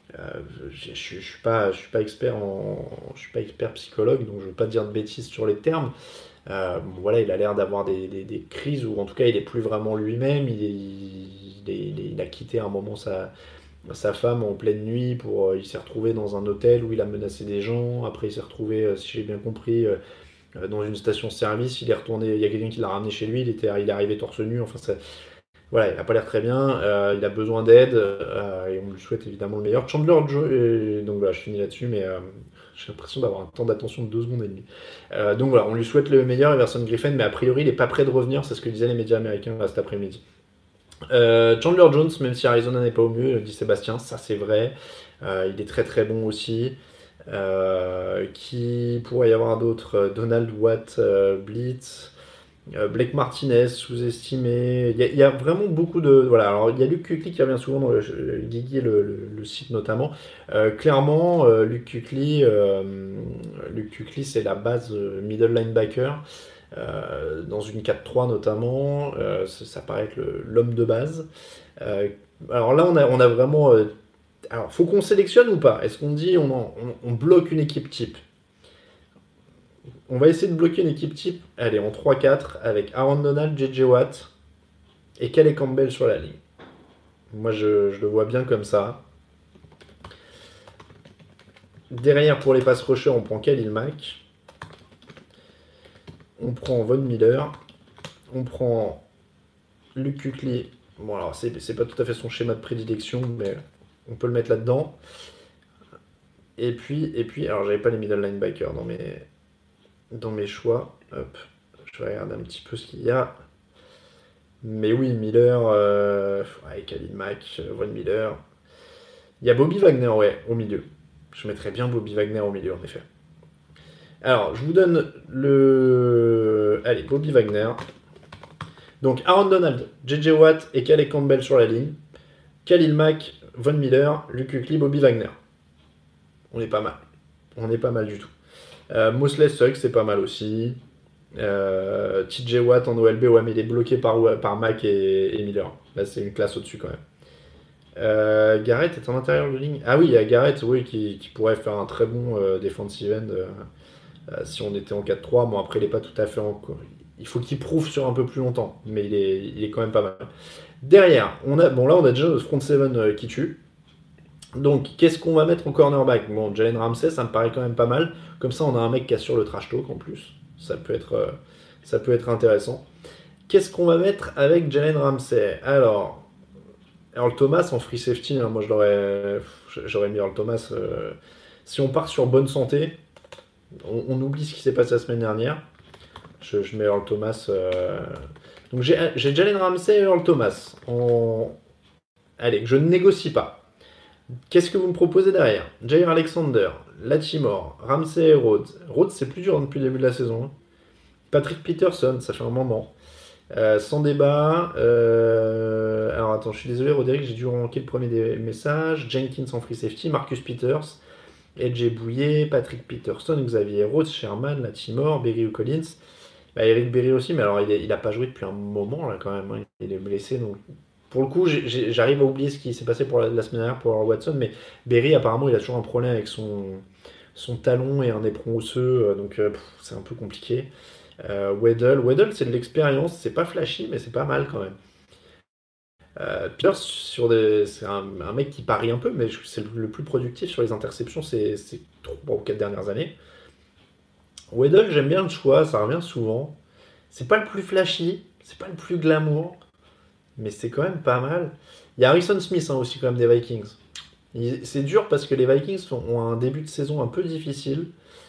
je, je, je suis pas, je suis pas expert en, je suis pas expert psychologue, donc je veux pas dire de bêtises sur les termes. Euh, bon, voilà, il a l'air d'avoir des, des, des crises ou en tout cas il est plus vraiment lui-même. Il, est, il, est, il, est, il a quitté à un moment sa sa femme en pleine nuit, pour, euh, il s'est retrouvé dans un hôtel où il a menacé des gens. Après il s'est retrouvé, euh, si j'ai bien compris, euh, dans une station-service. Il est retourné, il y a quelqu'un qui l'a ramené chez lui, il, était, il est arrivé torse nu. Enfin, ça, voilà, il n'a pas l'air très bien, euh, il a besoin d'aide euh, et on lui souhaite évidemment le meilleur. Chandler Joe, et, donc voilà, je finis là-dessus, mais euh, j'ai l'impression d'avoir un temps d'attention de deux secondes et demie. Euh, donc voilà, on lui souhaite le meilleur, Everson Griffin, mais a priori il n'est pas prêt de revenir, c'est ce que disaient les médias américains là, cet après-midi. Euh, Chandler Jones, même si Arizona n'est pas au mieux, dit Sébastien, ça c'est vrai. Euh, il est très très bon aussi. Euh, qui pourrait y avoir d'autres? Donald Watt, euh, Blitz, euh, Blake Martinez, sous-estimé. Il y, y a vraiment beaucoup de. Voilà, alors il y a Luke Kuechly qui revient souvent dans le, le Guigui, le, le, le site notamment. Euh, clairement, euh, Luke Kuechly, euh, Luke Kuechly, c'est la base euh, middle linebacker. Euh, dans une quatre trois notamment, euh, ça, ça paraît être le, l'homme de base. Euh, alors là, on a, on a vraiment... Euh, alors, faut qu'on sélectionne ou pas? Est-ce qu'on dit on, en, on, on bloque une équipe type? On va essayer de bloquer une équipe type. Allez, en trois quatre avec Aaron Donald, J J Watt et Calais Campbell sur la ligne. Moi, je, je le vois bien comme ça. Derrière, pour les pass rushers, on prend Khalil Mack. On prend Von Miller. On prend Luke Kuechly. Bon, alors, c'est, c'est pas tout à fait son schéma de prédilection, mais on peut le mettre là-dedans. Et puis, et puis alors, j'avais pas les middle linebackers dans mes, dans mes choix. Hop, je vais regarder un petit peu ce qu'il y a. Mais oui, Miller, euh, ouais, Khalil Mack, Von Miller. Il y a Bobby Wagner, ouais, au milieu. Je mettrais bien Bobby Wagner au milieu, en effet. Alors, je vous donne le... Allez, Bobby Wagner. Donc, Aaron Donald, J J Watt et Calais Campbell sur la ligne. Khalil Mack, Von Miller, Luke Kuechly, Bobby Wagner. On est pas mal. On est pas mal du tout. Euh, Mosley Suggs, c'est pas mal aussi. Euh, T J Watt en O L B, ouais, mais il est bloqué par, par Mack et, et Miller. Là, c'est une classe au-dessus quand même. Euh, Garrett est en intérieur de ligne. Ah oui, il y a Garrett, oui, qui, qui pourrait faire un très bon euh, defensive end euh, euh, si on était en quatre trois. Bon, après, il n'est pas tout à fait en... Il faut qu'il prouve sur un peu plus longtemps, mais il est, il est quand même pas mal. Derrière, on a, bon là, on a déjà notre front seven euh, qui tue. Donc, qu'est-ce qu'on va mettre en cornerback? Bon, Jalen Ramsey, ça me paraît quand même pas mal. Comme ça, on a un mec qui assure le trash talk en plus. Ça peut être, euh, ça peut être intéressant. Qu'est-ce qu'on va mettre avec Jalen Ramsey? Alors, Earl Thomas en free safety, hein, moi je l'aurais, j'aurais mis Earl Thomas. Euh, si on part sur bonne santé, on, on oublie ce qui s'est passé la semaine dernière. Je, je mets Earl Thomas. Euh... Donc j'ai, j'ai Jalen Ramsey et Earl Thomas. En... Allez, je ne négocie pas. Qu'est-ce que vous me proposez derrière? Jair Alexander, Latimore, Ramsey et Rhodes. Rhodes, c'est plus dur depuis le début de la saison. Hein. Patrick Peterson, ça fait un moment. Euh, sans débat. Euh... Alors attends, je suis désolé, Roderick, j'ai dû manquer le premier des messages. Jenkins en free safety, Marcus Peters, Edge Bouillet, Patrick Peterson, Xavier Rhodes, Sherman, Latimore, Berry ou Collins. Bah, Eric Berry aussi, mais alors il n'a pas joué depuis un moment là quand même. Hein. Il est blessé, donc pour le coup, j'ai, j'arrive à oublier ce qui s'est passé pour la, la semaine dernière pour Watson, mais Berry, apparemment, il a toujours un problème avec son, son talon et un éperon osseux, donc euh, pff, c'est un peu compliqué. Euh, Weddle, Weddle, c'est de l'expérience, c'est pas flashy, mais c'est pas mal quand même. Euh, Pierce, sur des, c'est un, un mec qui parie un peu, mais c'est le plus productif sur les interceptions ces, ces trois ou quatre dernières années. Weddle, j'aime bien le choix, ça revient souvent. C'est pas le plus flashy, c'est pas le plus glamour, mais c'est quand même pas mal. Il y a Harrison Smith hein, aussi quand même des Vikings. Il, c'est dur parce que les Vikings ont, ont un début de saison un peu difficile.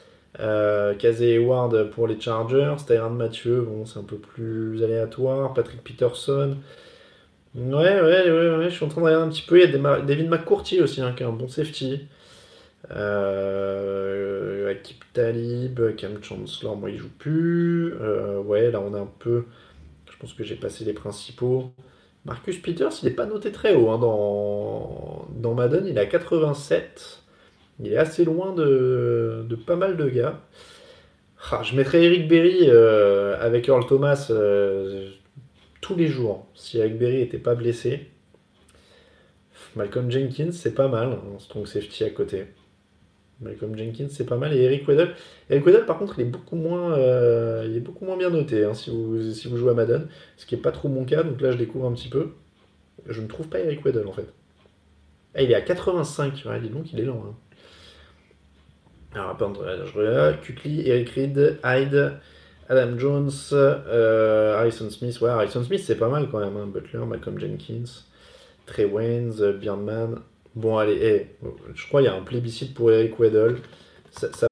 Euh, Casey Hayward pour les Chargers, Tyrann Mathieu, bon c'est un peu plus aléatoire. Patrick Peterson. Ouais, ouais, ouais, ouais, je suis en train de regarder un petit peu. Il y a des Ma- David McCourty aussi, hein, qui est un bon safety. Euh, Akib Talib, Cam Chancellor, moi il joue plus. Euh, ouais, là on a un peu. Je pense que j'ai passé les principaux. Marcus Peters, il n'est pas noté très haut hein, dans... dans Madden, il est à quatre-vingt-sept. Il est assez loin de, de pas mal de gars. Ah, je mettrais Eric Berry euh, avec Earl Thomas euh, tous les jours, si Eric Berry n'était pas blessé. Malcolm Jenkins, c'est pas mal, en strong safety à côté. Malcolm Jenkins, c'est pas mal. Et Eric Weddle. Eric Weddle, par contre, il est beaucoup moins, euh, il est beaucoup moins bien noté hein, si, vous, si vous jouez à Madden, ce qui n'est pas trop mon cas, donc là je découvre un petit peu. Je ne trouve pas Eric Weddle en fait. Ah, il est à quatre-vingt-cinq, ouais, dis donc, il est lent. Hein. Alors, attends, je regarde. Kuechly, Eric Reed, Hyde, Adam Jones, euh, Harrison Smith. Ouais, Harrison Smith, c'est pas mal quand même. Hein. Butler, Malcolm Jenkins, Trey Waynes, Beardman. Bon, allez, hey, je crois qu'il y a un plébiscite pour Eric Weddle. Ça, ça...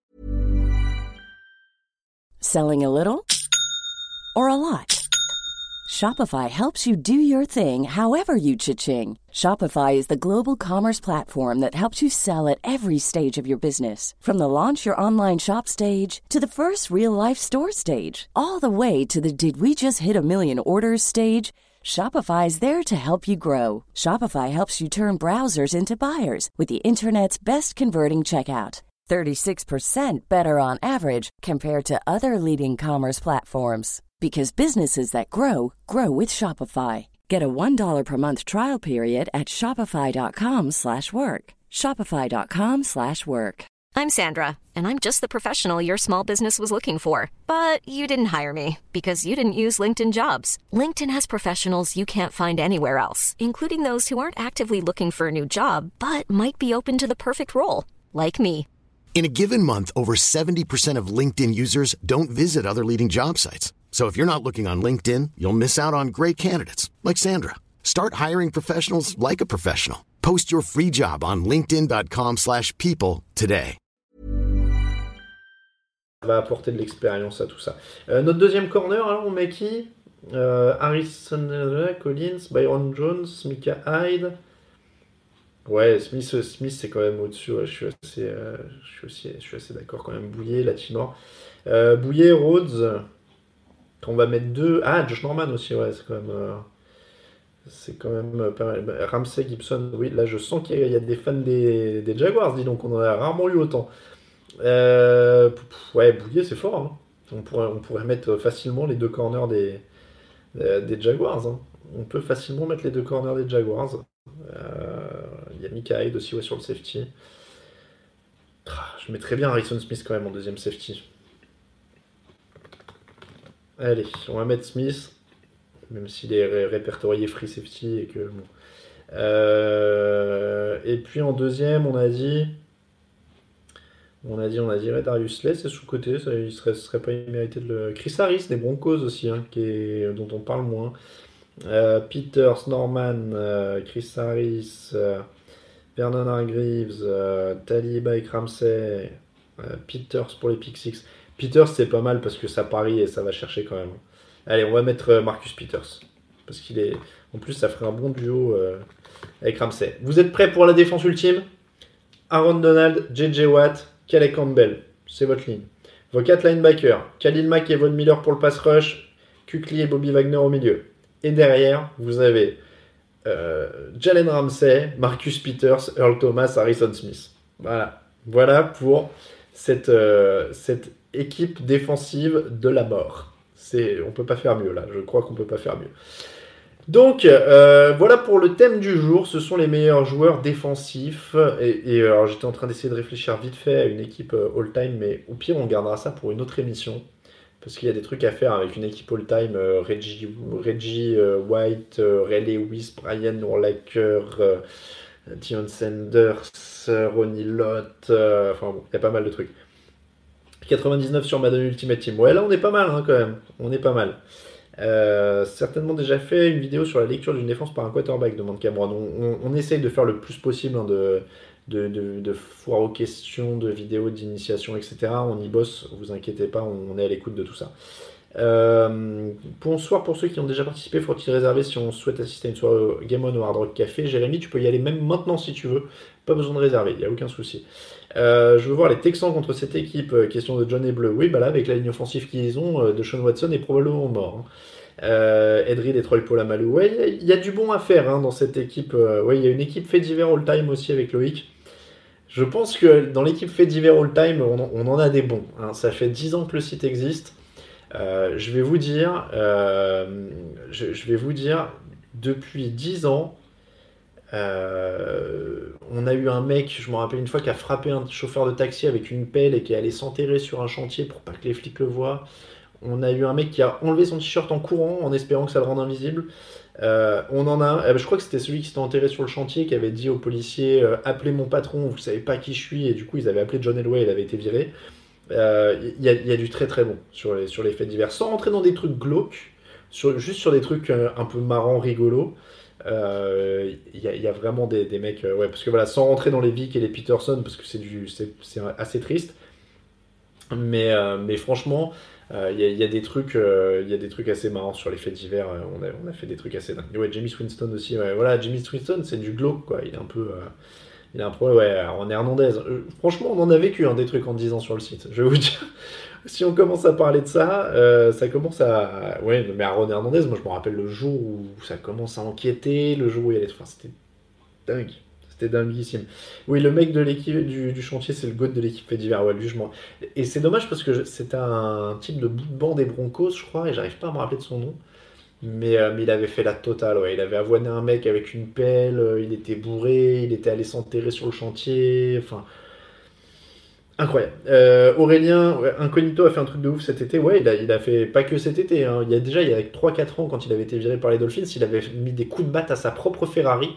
Selling a little or a lot? Shopify helps you do your thing however you cha-ching. Shopify is the global commerce platform that helps you sell at every stage of your business. From the launch your online shop stage to the first real-life store stage, all the way to the did we just hit a million orders stage. Shopify is there to help you grow. Shopify helps you turn browsers into buyers with the internet's best converting checkout. thirty-six percent better on average compared to other leading commerce platforms. Because businesses that grow, grow with Shopify. Get a one dollar per month trial period at shopify.com slash work. Shopify.com slash work. I'm Sandra, and I'm just the professional your small business was looking for. But you didn't hire me because you didn't use LinkedIn Jobs. LinkedIn has professionals you can't find anywhere else, including those who aren't actively looking for a new job, but might be open to the perfect role, like me. In a given month, over seventy percent of LinkedIn users don't visit other leading job sites. So if you're not looking on LinkedIn, you'll miss out on great candidates like Sandra. Start hiring professionals like a professional. Post your free job on linkedin.com slash people today. Ça va apporter de l'expérience à tout ça. Euh, notre deuxième corner, alors on met qui euh, Harrison Collins, Byron Jones, Micah Hyde. Ouais, Smith, Smith c'est quand même au-dessus. Ouais, je suis assez, euh, je suis aussi, je suis assez d'accord quand même. Bouillet, Latinois. Euh, Bouillet, Rhodes. On va mettre deux. Ah, Josh Norman aussi, ouais, c'est quand même. Euh, c'est quand même pas mal. Ramsey, Gibson, oui, là je sens qu'il y a des fans des, des Jaguars, dis donc, on en a rarement eu autant. Euh, ouais, Bouillet, c'est fort. Hein. On, pourrait, on pourrait mettre facilement les deux corners des, euh, des Jaguars. Hein. On peut facilement mettre les deux corners des Jaguars. Euh, il y a Micah Hyde aussi ouais, sur le safety. Je mettrais bien Harrison Smith quand même en deuxième safety. Allez, on va mettre Smith, même s'il est ré- répertorié free safety et que bon. Euh, et puis en deuxième, on a dit, on a dit, on a dit, ouais, Darius Slay, c'est sous côté, ça, il serait, ce serait pas immérité de le. Chris Harris des Broncos aussi, hein, qui est, dont on parle moins. Euh, Peters, Norman, euh, Chris Harris, euh, Vernon Hargreaves, euh, Talib avec Ramsey, euh, Peters pour les pick six. Peters, c'est pas mal parce que ça parie et ça va chercher quand même. Allez, on va mettre Marcus Peters. Parce qu'il est. En plus, ça ferait un bon duo euh, avec Ramsey. Vous êtes prêts pour la défense ultime? Aaron Donald, J J Watt, Calais Campbell. C'est votre ligne. Vos quatre linebackers. Khalil Mack et Von Miller pour le pass rush. Kuechly et Bobby Wagner au milieu. Et derrière, vous avez euh, Jalen Ramsey, Marcus Peters, Earl Thomas, Harrison Smith. Voilà. Voilà pour cette, euh, cette équipe défensive de la mort. C'est, on peut pas faire mieux là, je crois qu'on peut pas faire mieux. Donc euh, voilà pour le thème du jour, ce sont les meilleurs joueurs défensifs. Et, et alors j'étais en train d'essayer de réfléchir vite fait à une équipe euh, all-time, mais au pire on gardera ça pour une autre émission. Parce qu'il y a des trucs à faire avec une équipe all-time, euh, Reggie, Reggie euh, White, euh, Ray Lewis, Brian Urlacher, euh, Deion Sanders, euh, Ronnie Lott, euh, enfin bon, il y a pas mal de trucs. quatre-vingt-dix-neuf sur Madden Ultimate Team. Ouais, là on est pas mal hein, quand même. On est pas mal. Euh, certainement déjà fait une vidéo sur la lecture d'une défense par un quarterback, demande Cameron. On, on, on essaye de faire le plus possible hein, de, de, de, de foire aux questions, de vidéos d'initiation, et cetera. On y bosse, vous inquiétez pas, on, on est à l'écoute de tout ça. Euh, bonsoir pour ceux qui ont déjà participé, faut-il réserver si on souhaite assister à une soirée Game On au Hard Rock Café? Jérémy, tu peux y aller même maintenant si tu veux, pas besoin de réserver, il n'y a aucun souci. Euh, je veux voir les Texans contre cette équipe, euh, question de John et Bleu. Oui, bah là, avec la ligne offensive qu'ils ont, euh, Deshaun Watson est probablement mort. Hein. Euh, Edry, Detroit, Polamalu. Ouais, il y, y a du bon à faire hein, dans cette équipe. Euh, ouais, il y a une équipe fait divers all-time aussi avec Loïc. Je pense que dans l'équipe fait divers all-time, on, on en a des bons. Hein. Ça fait dix ans que le site existe. Euh, je vais vous dire, euh, je, je vais vous dire, depuis dix ans, euh, on a eu un mec, je me rappelle une fois, qui a frappé un chauffeur de taxi avec une pelle et qui est allé s'enterrer sur un chantier pour pas que les flics le voient. On a eu un mec qui a enlevé son t-shirt en courant en espérant que ça le rende invisible. Euh, on en a, euh, je crois que c'était celui qui s'était enterré sur le chantier qui avait dit aux policiers euh, appelez mon patron, vous savez pas qui je suis, et du coup ils avaient appelé John Elway, il avait été viré. Il euh, y, y a du très très bon sur les, sur les faits divers, sans rentrer dans des trucs glauques, sur, juste sur des trucs euh, un peu marrants, rigolos. Il euh, y, y a vraiment des, des mecs, euh, ouais, parce que voilà, sans rentrer dans les Vic et les Peterson, parce que c'est, du, c'est, c'est assez triste, mais, euh, mais franchement, il euh, y, y a des trucs, il euh, y a des trucs assez marrants sur les faits divers. Euh, on, a, on a fait des trucs assez dingues. Ouais, Jameis Winston aussi. Ouais, voilà, Jameis Winston, c'est du glauque, quoi. Il est un peu, euh, il a un problème. Ouais, en Hernandez. Euh, franchement, on en a vécu hein, des trucs en dix ans sur le site. Je vais vous dire. Si on commence à parler de ça, euh, ça commence à. Ouais, mais Aaron Hernandez, moi je me rappelle le jour où ça commence à enquêter, le jour où il y a des. Enfin, c'était dingue. C'était dinguissime. Oui, le mec de l'équipe du, du chantier, c'est le goat de l'équipe fait divers. Ouais, lui, je m'en... Et c'est dommage parce que je... c'était un type de bout de banc des Broncos, je crois, et j'arrive pas à me rappeler de son nom. Mais, euh, mais il avait fait la totale, ouais. Il avait avoiné un mec avec une pelle, il était bourré, il était allé s'enterrer sur le chantier. Enfin. Incroyable. Euh, Aurélien ouais, Incognito a fait un truc de ouf cet été. Ouais, il a, il a fait pas que cet été. Hein. Il y a déjà, il y a trois quatre ans, quand il avait été viré par les Dolphins, il avait mis des coups de batte à sa propre Ferrari.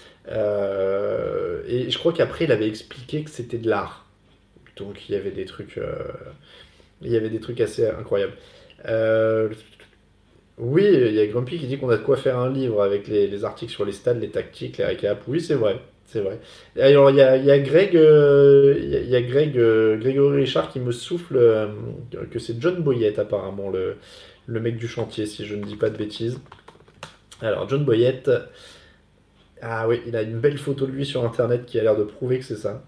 Euh, et je crois qu'après, il avait expliqué que c'était de l'art. Donc il y avait des trucs, euh, il y avait des trucs assez incroyables. Euh, oui, il y a Grumpy qui dit qu'on a de quoi faire un livre avec les, les articles sur les stades, les tactiques, les récaps. Oui, c'est vrai. C'est vrai. Et alors, il y a, il y a Greg, euh, il y a, il y a Greg euh, Grégory Richard qui me souffle euh, que c'est John Boyette, apparemment, le, le mec du chantier, si je ne dis pas de bêtises. Alors, John Boyette, ah oui, il a une belle photo de lui sur Internet qui a l'air de prouver que c'est ça.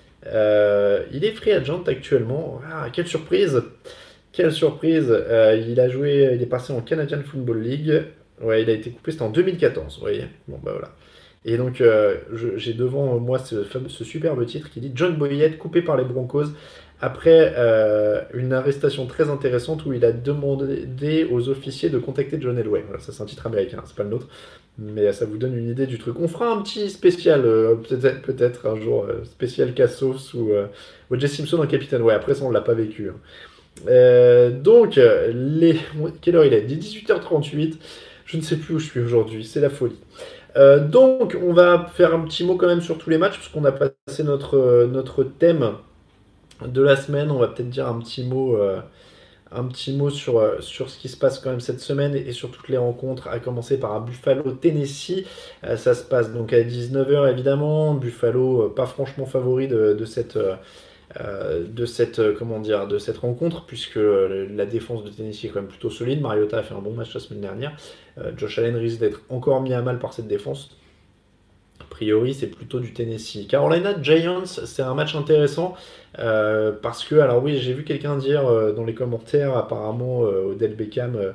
Euh, il est free agent actuellement. Ah, quelle surprise! Quelle surprise! Euh, il a joué, il est passé en Canadian Football League. Ouais, il a été coupé, c'était en deux mille quatorze, vous voyez. Bon, bah voilà. Et donc, euh, je- j'ai devant moi ce, fameux- ce superbe titre qui dit John Boyette coupé par les Broncos après euh, une arrestation très intéressante où il a demandé aux officiers de contacter John Elway. Voilà, ça c'est un titre américain, c'est pas le nôtre, mais ça vous donne une idée du truc. On fera un petit spécial, euh, peut-être peut-être un jour, euh, spécial Cassos ou euh, O J Simpson en capitaine. Ouais, après ça on l'a pas vécu. Hein. Euh, donc, euh, les... quelle heure il est? dix-huit heures trente-huit. Je ne sais plus où je suis aujourd'hui, c'est la folie. Euh, donc, on va faire un petit mot quand même sur tous les matchs, parce qu'on a passé notre, euh, notre thème de la semaine. On va peut-être dire un petit mot, euh, un petit mot sur, euh, sur ce qui se passe quand même cette semaine et, et sur toutes les rencontres, à commencer par un Buffalo Tennessee. Euh, ça se passe donc à dix-neuf heures évidemment. Buffalo, euh, pas franchement favori de, de cette. Euh, euh, de cette euh, comment dire de cette rencontre, puisque euh, la défense de Tennessee est quand même plutôt solide. Mariota a fait un bon match la semaine dernière. Euh, Josh Allen risque d'être encore mis à mal par cette défense. A priori, c'est plutôt du Tennessee. Carolina Giants, c'est un match intéressant euh, parce que, alors oui, j'ai vu quelqu'un dire euh, dans les commentaires, apparemment euh, Odell Beckham euh,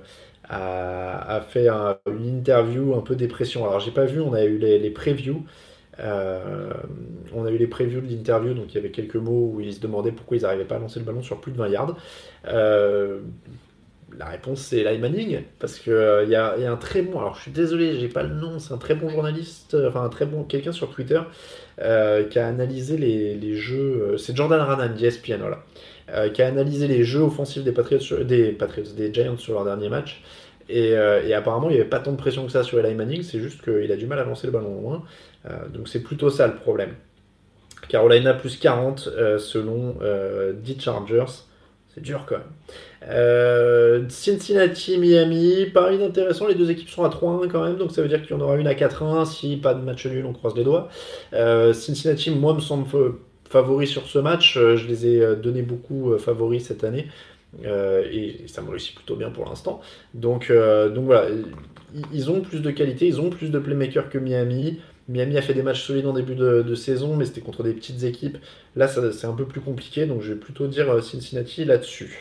a, a fait un- une interview un peu dépression. Alors j'ai pas vu, on a eu les, les previews. Euh, on a eu les previews de l'interview, donc il y avait quelques mots où ils se demandaient pourquoi ils n'arrivaient pas à lancer le ballon sur plus de vingt yards. Euh, la réponse c'est Eli Manning, parce qu'il euh, y, a, y a un très bon, alors je suis désolé, j'ai pas le nom, c'est un très bon journaliste, euh, enfin un très bon, quelqu'un sur Twitter euh, qui a analysé les, les jeux, euh, c'est Jordan Ranan d'E S P N, voilà, euh, qui a analysé les jeux offensifs des Patriots, sur- des Patriots, des Giants sur leur dernier match. Et, euh, et apparemment, il n'y avait pas tant de pression que ça sur Eli Manning, c'est juste qu'il a du mal à lancer le ballon loin. Euh, donc c'est plutôt ça le problème. Carolina plus quarante euh, selon euh, dix Chargers. C'est dur quand même. Euh, Cincinnati, Miami, pareil intéressant. Les deux équipes sont à trois un quand même, donc ça veut dire qu'il y en aura une à quatre un. Si pas de match nul, on croise les doigts. Euh, Cincinnati, moi, me semble fa- favori sur ce match. Euh, Je les ai euh, donné beaucoup euh, favoris cette année. Euh, et ça me réussit plutôt bien pour l'instant. Donc, euh, donc voilà, ils, ils ont plus de qualité, ils ont plus de playmakers que Miami. Miami a fait des matchs solides en début de, de saison, mais c'était contre des petites équipes. Là, ça- c'est un peu plus compliqué, donc je vais plutôt dire euh, Cincinnati là-dessus.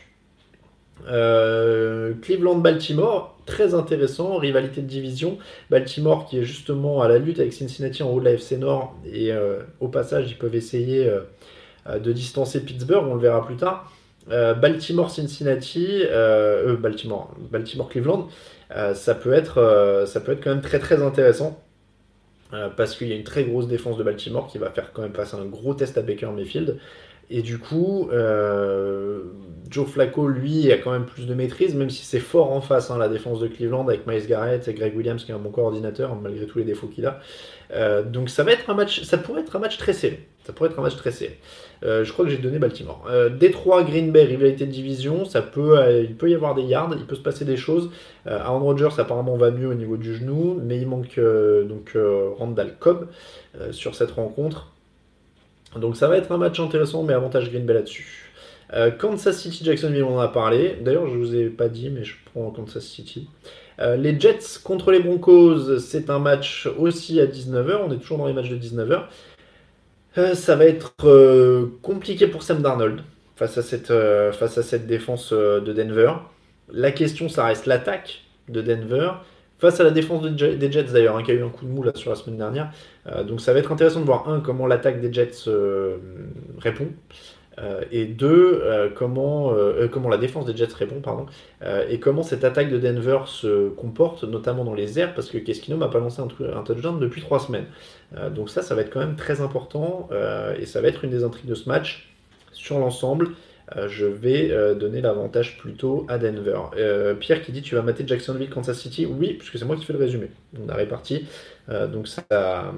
Euh, Cleveland-Baltimore, très intéressant, rivalité de division. Baltimore qui est justement à la lutte avec Cincinnati en haut de la F C Nord, et euh, au passage, ils peuvent essayer euh, euh, de distancer Pittsburgh, on le verra plus tard. Euh, Baltimore-Cincinnati, euh, euh, Baltimore, Baltimore-Cleveland, euh, ça peut être, euh, ça peut être quand même très très intéressant. Euh, parce qu'il y a une très grosse défense de Baltimore qui va faire quand même passer un gros test à Baker Mayfield. Et du coup, euh, Joe Flacco, lui, a quand même plus de maîtrise, même si c'est fort en face, hein, la défense de Cleveland, avec Myles Garrett et Greg Williams, qui est un bon coordinateur, malgré tous les défauts qu'il a. Euh, donc ça va être un match, ça pourrait être un match très serré. Ça pourrait être un match très serré. Euh, je crois que j'ai donné Baltimore. Euh, Détroit, Green Bay, rivalité de division, ça peut, euh, il peut y avoir des yards, il peut se passer des choses. Euh, Aaron Rodgers apparemment va mieux au niveau du genou, mais il manque euh, donc euh, Randall Cobb euh, sur cette rencontre. Donc ça va être un match intéressant, mais avantage Green Bay là-dessus. Euh, Kansas City, Jacksonville, on en a parlé. D'ailleurs, je vous ai pas dit, mais je prends Kansas City. Euh, les Jets contre les Broncos, c'est un match aussi à dix-neuf heures. On est toujours dans les matchs de dix-neuf heures. Euh, ça va être euh, compliqué pour Sam Darnold face à cette, euh, face à cette défense euh, de Denver. La question, ça reste l'attaque de Denver face à la défense de J- des Jets d'ailleurs, hein, qui a eu un coup de mou là sur la semaine dernière. Euh, donc ça va être intéressant de voir, un, comment l'attaque des Jets euh, répond. Euh, et deux, euh, comment, euh, euh, comment la défense des Jets répond, pardon, euh, et comment cette attaque de Denver se comporte, notamment dans les airs, parce que Keskino n'a pas lancé un, tru- un touchdown depuis trois semaines. Euh, donc ça, ça va être quand même très important, euh, et ça va être une des intrigues de ce match. sur l'ensemble, euh, je vais euh, donner l'avantage plutôt à Denver. Euh, Pierre qui dit tu vas mater Jacksonville, Kansas City. Oui, puisque c'est moi qui fais le résumé. On a réparti. Euh, donc ça,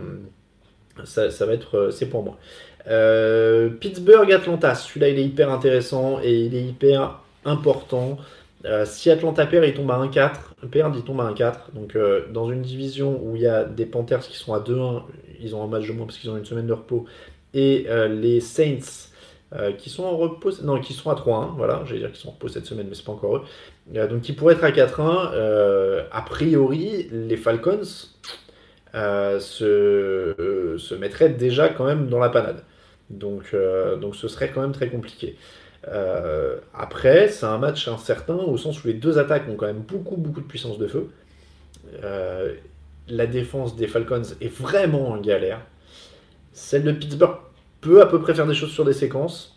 ça, ça va être... C'est pour moi. Euh, Pittsburgh, Atlanta. Celui-là, il est hyper intéressant et il est hyper important. Euh, si Atlanta perd, il tombe à un quatre. Perd, il tombe à un quatre. Donc euh, dans une division où il y a des Panthers qui sont à deux un, ils ont un match de moins parce qu'ils ont une semaine de repos. Et euh, les Saints... Euh, qui sont en repos, non, qui sont à trois un, voilà, j'allais dire qu'ils sont en repos cette semaine, mais c'est pas encore eux. Euh, donc ils pourraient être à quatre un. Euh, a priori, les Falcons euh, se, euh, se mettraient déjà quand même dans la panade. Donc, euh, donc ce serait quand même très compliqué. Euh, après, c'est un match incertain au sens où les deux attaques ont quand même beaucoup, beaucoup de puissance de feu. Euh, la défense des Falcons est vraiment en galère. Celle de Pittsburgh peut à peu près faire des choses sur des séquences.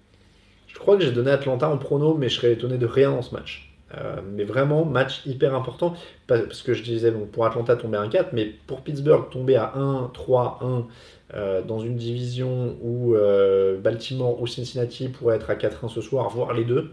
Je crois que j'ai donné Atlanta en prono, mais je serais étonné de rien dans ce match. Euh, mais vraiment, match hyper important, parce que je disais, donc pour Atlanta tomber à un quatre, mais pour Pittsburgh tomber à un trois un euh, dans une division où euh, Baltimore ou Cincinnati pourraient être à quatre un ce soir, voire les deux,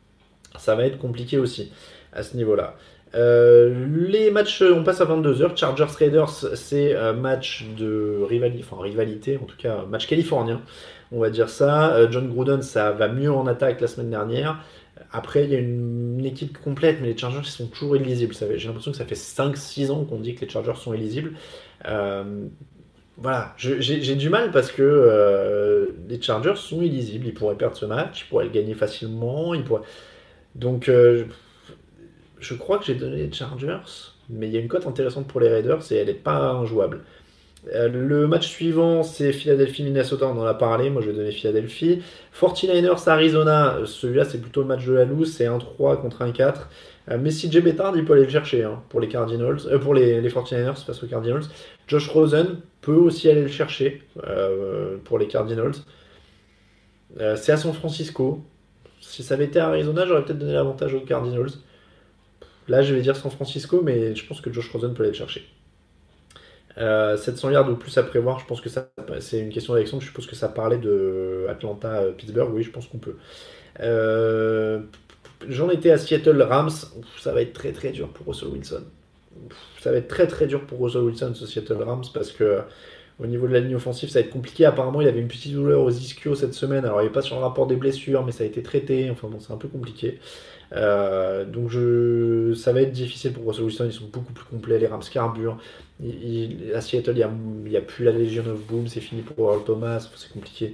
ça va être compliqué aussi à ce niveau-là. Euh, les matchs, on passe à vingt-deux heures. Chargers Raiders, c'est un match de rivalité, enfin rivalité, en tout cas match californien, on va dire ça. Euh, John Gruden, ça va mieux en attaque la semaine dernière. Après, il y a une, une équipe complète, mais les Chargers ils sont toujours illisibles. Ça fait, j'ai l'impression que ça fait cinq six ans qu'on dit que les Chargers sont illisibles. Euh, voilà, je, j'ai, j'ai du mal parce que euh, les Chargers sont illisibles. Ils pourraient perdre ce match, ils pourraient le gagner facilement. Ils pourraient... Donc, euh, je crois que j'ai donné les Chargers, mais il y a une cote intéressante pour les Raiders et elle n'est pas injouable. Euh, le match suivant, c'est Philadelphie-Minnesota, on en a parlé, moi je vais donner Philadelphie. forty-niners-Arizona, celui-là c'est plutôt le match de la loose, c'est un trois contre un quatre. Euh, mais si Jay Bettard, il peut aller le chercher hein, pour les Cardinals, euh, pour les, les forty-niners face aux Cardinals. Josh Rosen peut aussi aller le chercher euh, pour les Cardinals. Euh, c'est à San Francisco. Si ça avait été à Arizona, j'aurais peut-être donné l'avantage aux Cardinals. Là, je vais dire San Francisco, mais je pense que Josh Rosen peut aller le chercher. Euh, sept cents yards ou plus à prévoir, je pense que ça, c'est une question d'élection. Je suppose que ça parlait de Atlanta-Pittsburgh. Oui, je pense qu'on peut. Euh, j'en étais à Seattle-Rams. Ça va être très très dur pour Russell Wilson. Ça va être très très dur pour Russell Wilson ce Seattle-Rams parce que au niveau de la ligne offensive, ça va être compliqué. Apparemment, il avait une petite douleur aux ischios cette semaine. Alors, il n'est pas sur le rapport des blessures, mais ça a été traité. Enfin bon, c'est un peu compliqué. Euh, donc je, ça va être difficile pour Russell Wilson, ils sont beaucoup plus complets, les Rams carburent. Il, il, à Seattle, il n'y a, a plus la Legion of Boom, c'est fini pour Earl Thomas, c'est compliqué.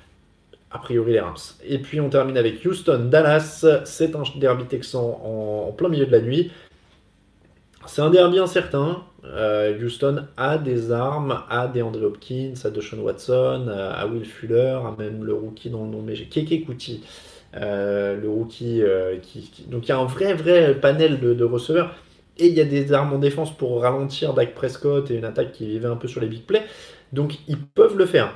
A priori, les Rams. Et puis on termine avec Houston-Dallas, c'est un derby texan en, en plein milieu de la nuit. C'est un derby incertain. Euh, Houston a des armes, a des André Hopkins, a Deshaun Watson, a Will Fuller, a même le rookie dont le nom m'échappe, Keke Kuti. Euh, le rookie euh, qui, qui... donc il y a un vrai vrai panel de, de receveurs et il y a des armes en défense pour ralentir Dak Prescott et une attaque qui vivait un peu sur les big plays, donc ils peuvent le faire.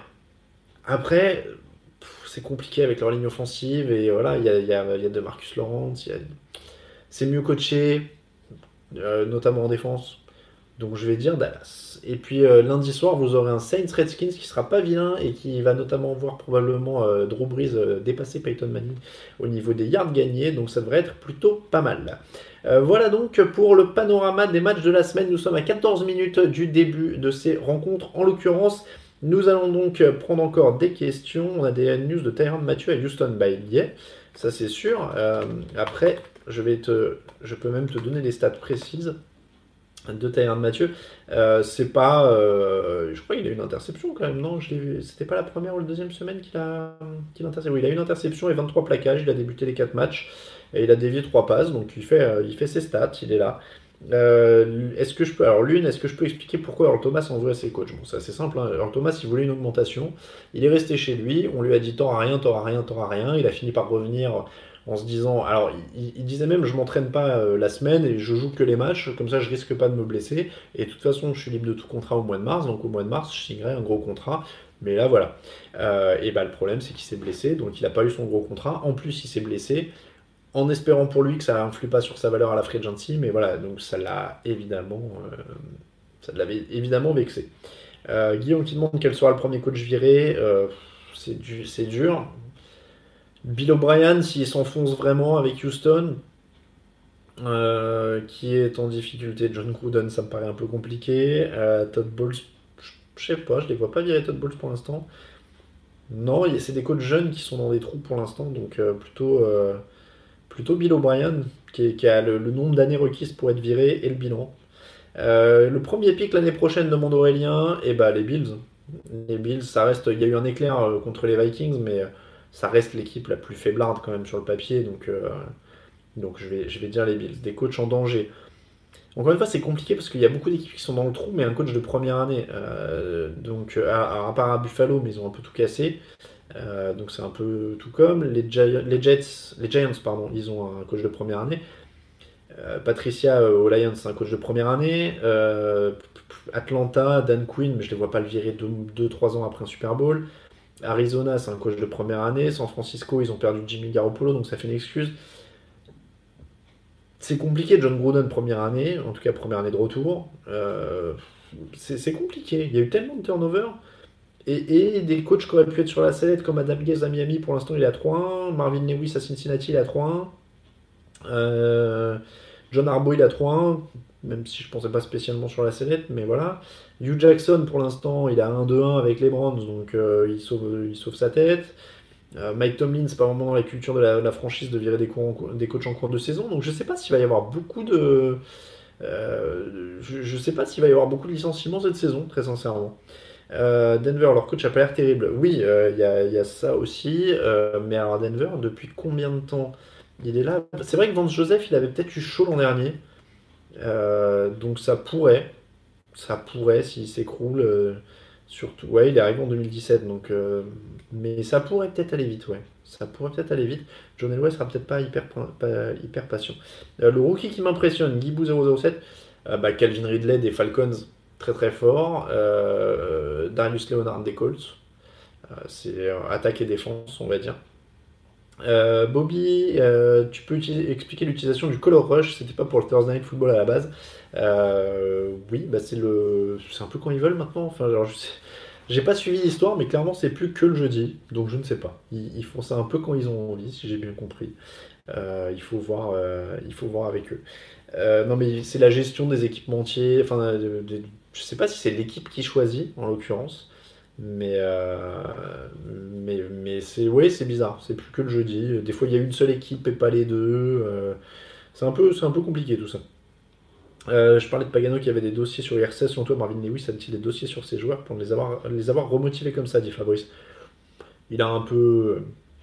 Après pff, c'est compliqué avec leur ligne offensive et voilà, il y a, il y a, il y a de Marcus Lawrence, il y a... c'est mieux coaché euh, notamment en défense, donc je vais dire Dallas. Et puis euh, lundi soir, vous aurez un Saints Redskins qui sera pas vilain et qui va notamment voir probablement euh, Drew Brees euh, dépasser Peyton Manning au niveau des yards gagnés, donc ça devrait être plutôt pas mal. Euh, voilà donc pour le panorama des matchs de la semaine. Nous sommes à quatorze minutes du début de ces rencontres. En l'occurrence, nous allons donc prendre encore des questions. On a des news de Tyrann Mathieu à Houston by yeah, ça c'est sûr. Euh, après, je vais te, je peux même te donner les stats précises de Tyrann Mathieu. Euh, c'est pas euh, je crois qu'il a une interception quand même, non, je l'ai vu. C'était pas la première ou la deuxième semaine qu'il a qu'il a intercepté. Oui, il a une interception et vingt-trois plaquages, il a débuté les quatre matchs et il a dévié trois passes, donc il fait euh, il fait ses stats, il est là. Euh, est-ce que je peux alors l'une est-ce que je peux expliquer pourquoi Earl Thomas en veut à ses coachs? Bon, c'est assez simple hein. Earl Thomas, il voulait une augmentation, il est resté chez lui, on lui a dit t'auras rien, t'auras rien, t'auras rien, il a fini par revenir en se disant, alors il, il disait même je m'entraîne pas euh, la semaine et je joue que les matchs, comme ça je risque pas de me blesser, et de toute façon je suis libre de tout contrat au mois de mars, donc au mois de mars je signerai un gros contrat, mais là voilà. Euh, et bah le problème c'est qu'il s'est blessé, donc il a pas eu son gros contrat, en plus il s'est blessé, en espérant pour lui que ça n'influe pas sur sa valeur à la free agency, mais voilà, donc ça l'a évidemment, euh, ça l'avait évidemment vexé. Euh, Guillaume qui demande quel sera le premier coach viré, euh, c'est, du, c'est dur. Bill O'Brien, s'il s'enfonce vraiment avec Houston, euh, qui est en difficulté, John Gruden, ça me paraît un peu compliqué. Euh, Todd Bowles, je sais pas, je les vois pas virer Todd Bowles pour l'instant. Non, y- c'est des coachs jeunes qui sont dans des trous pour l'instant, donc euh, plutôt, euh, plutôt Bill O'Brien, qui, est- qui a le, le nombre d'années requises pour être viré et le bilan. Euh, le premier pick l'année prochaine, demande Aurélien, et bah les Bills. Les Bills, ça reste. Il y a eu un éclair euh, contre les Vikings, mais euh, ça reste l'équipe la plus faiblarde quand même sur le papier, donc, euh, donc je vais, je vais dire les Bills. Des coachs en danger. Encore une fois, c'est compliqué parce qu'il y a beaucoup d'équipes qui sont dans le trou, mais un coach de première année. Euh, donc, euh, à, à part à Buffalo, mais ils ont un peu tout cassé. Euh, donc c'est un peu tout comme les, Gi- les Jets, les Giants, pardon, ils ont un coach de première année. Euh, Patricia euh, aux Lions, c'est un coach de première année. Euh, Atlanta, Dan Quinn, mais je ne les vois pas le virer deux trois ans après un Super Bowl. Arizona, c'est un coach de première année. San Francisco, ils ont perdu Jimmy Garoppolo, donc ça fait une excuse. C'est compliqué, John Gruden, première année, en tout cas première année de retour. Euh, c'est c'est compliqué. Il y a eu tellement de turnover. Et, et des coachs qui auraient pu être sur la sellette, comme Adam Gase à Miami, pour l'instant il est à trois un. Marvin Lewis à Cincinnati, il est à trois un. Euh, John Harbaugh, il est à trois un, même si je pensais pas spécialement sur la sellette, mais voilà. Hugh Jackson, pour l'instant, il a un deux un avec les Browns, donc euh, il, sauve, il sauve sa tête. Euh, Mike Tomlin, c'est pas vraiment dans la culture de la, la franchise de virer des, cours en- des coachs en cours de saison, donc je sais pas s'il va y avoir beaucoup de. euh, je, je sais pas s'il va y avoir beaucoup de licenciements cette saison, très sincèrement. Euh, Denver, leur coach a pas l'air terrible. Oui, euh, il y, a, il y a ça aussi. Euh, mais alors Denver, depuis combien de temps il est là? C'est vrai que Vance Joseph, il avait peut-être eu chaud l'an dernier. Euh, donc ça pourrait, ça pourrait s'il s'écroule. euh, surtout, ouais, il est arrivé en deux mille dix-sept, donc, euh, mais ça pourrait peut-être aller vite, ouais. Ça pourrait peut-être aller vite. John Elway sera peut-être pas hyper, pas hyper patient. Euh, le rookie qui m'impressionne, Guibou zéro zéro sept, euh, bah, Calvin Ridley des Falcons, très très fort. Euh, Darius Leonard des Colts, euh, c'est euh, attaque et défense, on va dire. Euh, Bobby, euh, tu peux utiliser- expliquer l'utilisation du color rush, c'était pas pour le Thursday Night Football à la base. Euh, oui, bah c'est le, c'est un peu quand ils veulent maintenant. Enfin, alors, je sais- j'ai pas suivi l'histoire, mais clairement c'est plus que le jeudi, donc je ne sais pas. Ils, ils font ça un peu quand ils ont envie, si j'ai bien compris. Euh, il faut voir, euh, il faut voir avec eux. Euh, non, mais c'est la gestion des équipementiers. Enfin, de- de- je sais pas si c'est l'équipe qui choisit en l'occurrence, mais euh, mais mais c'est ouais, c'est bizarre. C'est plus que le jeudi. Des fois, il y a une seule équipe et pas les deux. Euh, c'est un peu c'est un peu compliqué tout ça. Euh, je parlais de Pagano qui avait des dossiers sur I R C S. Selon toi, Marvin Lewis a-t-il des dossiers sur ses joueurs pour les avoir les avoir remotivés comme ça, dit Fabrice. Il a un peu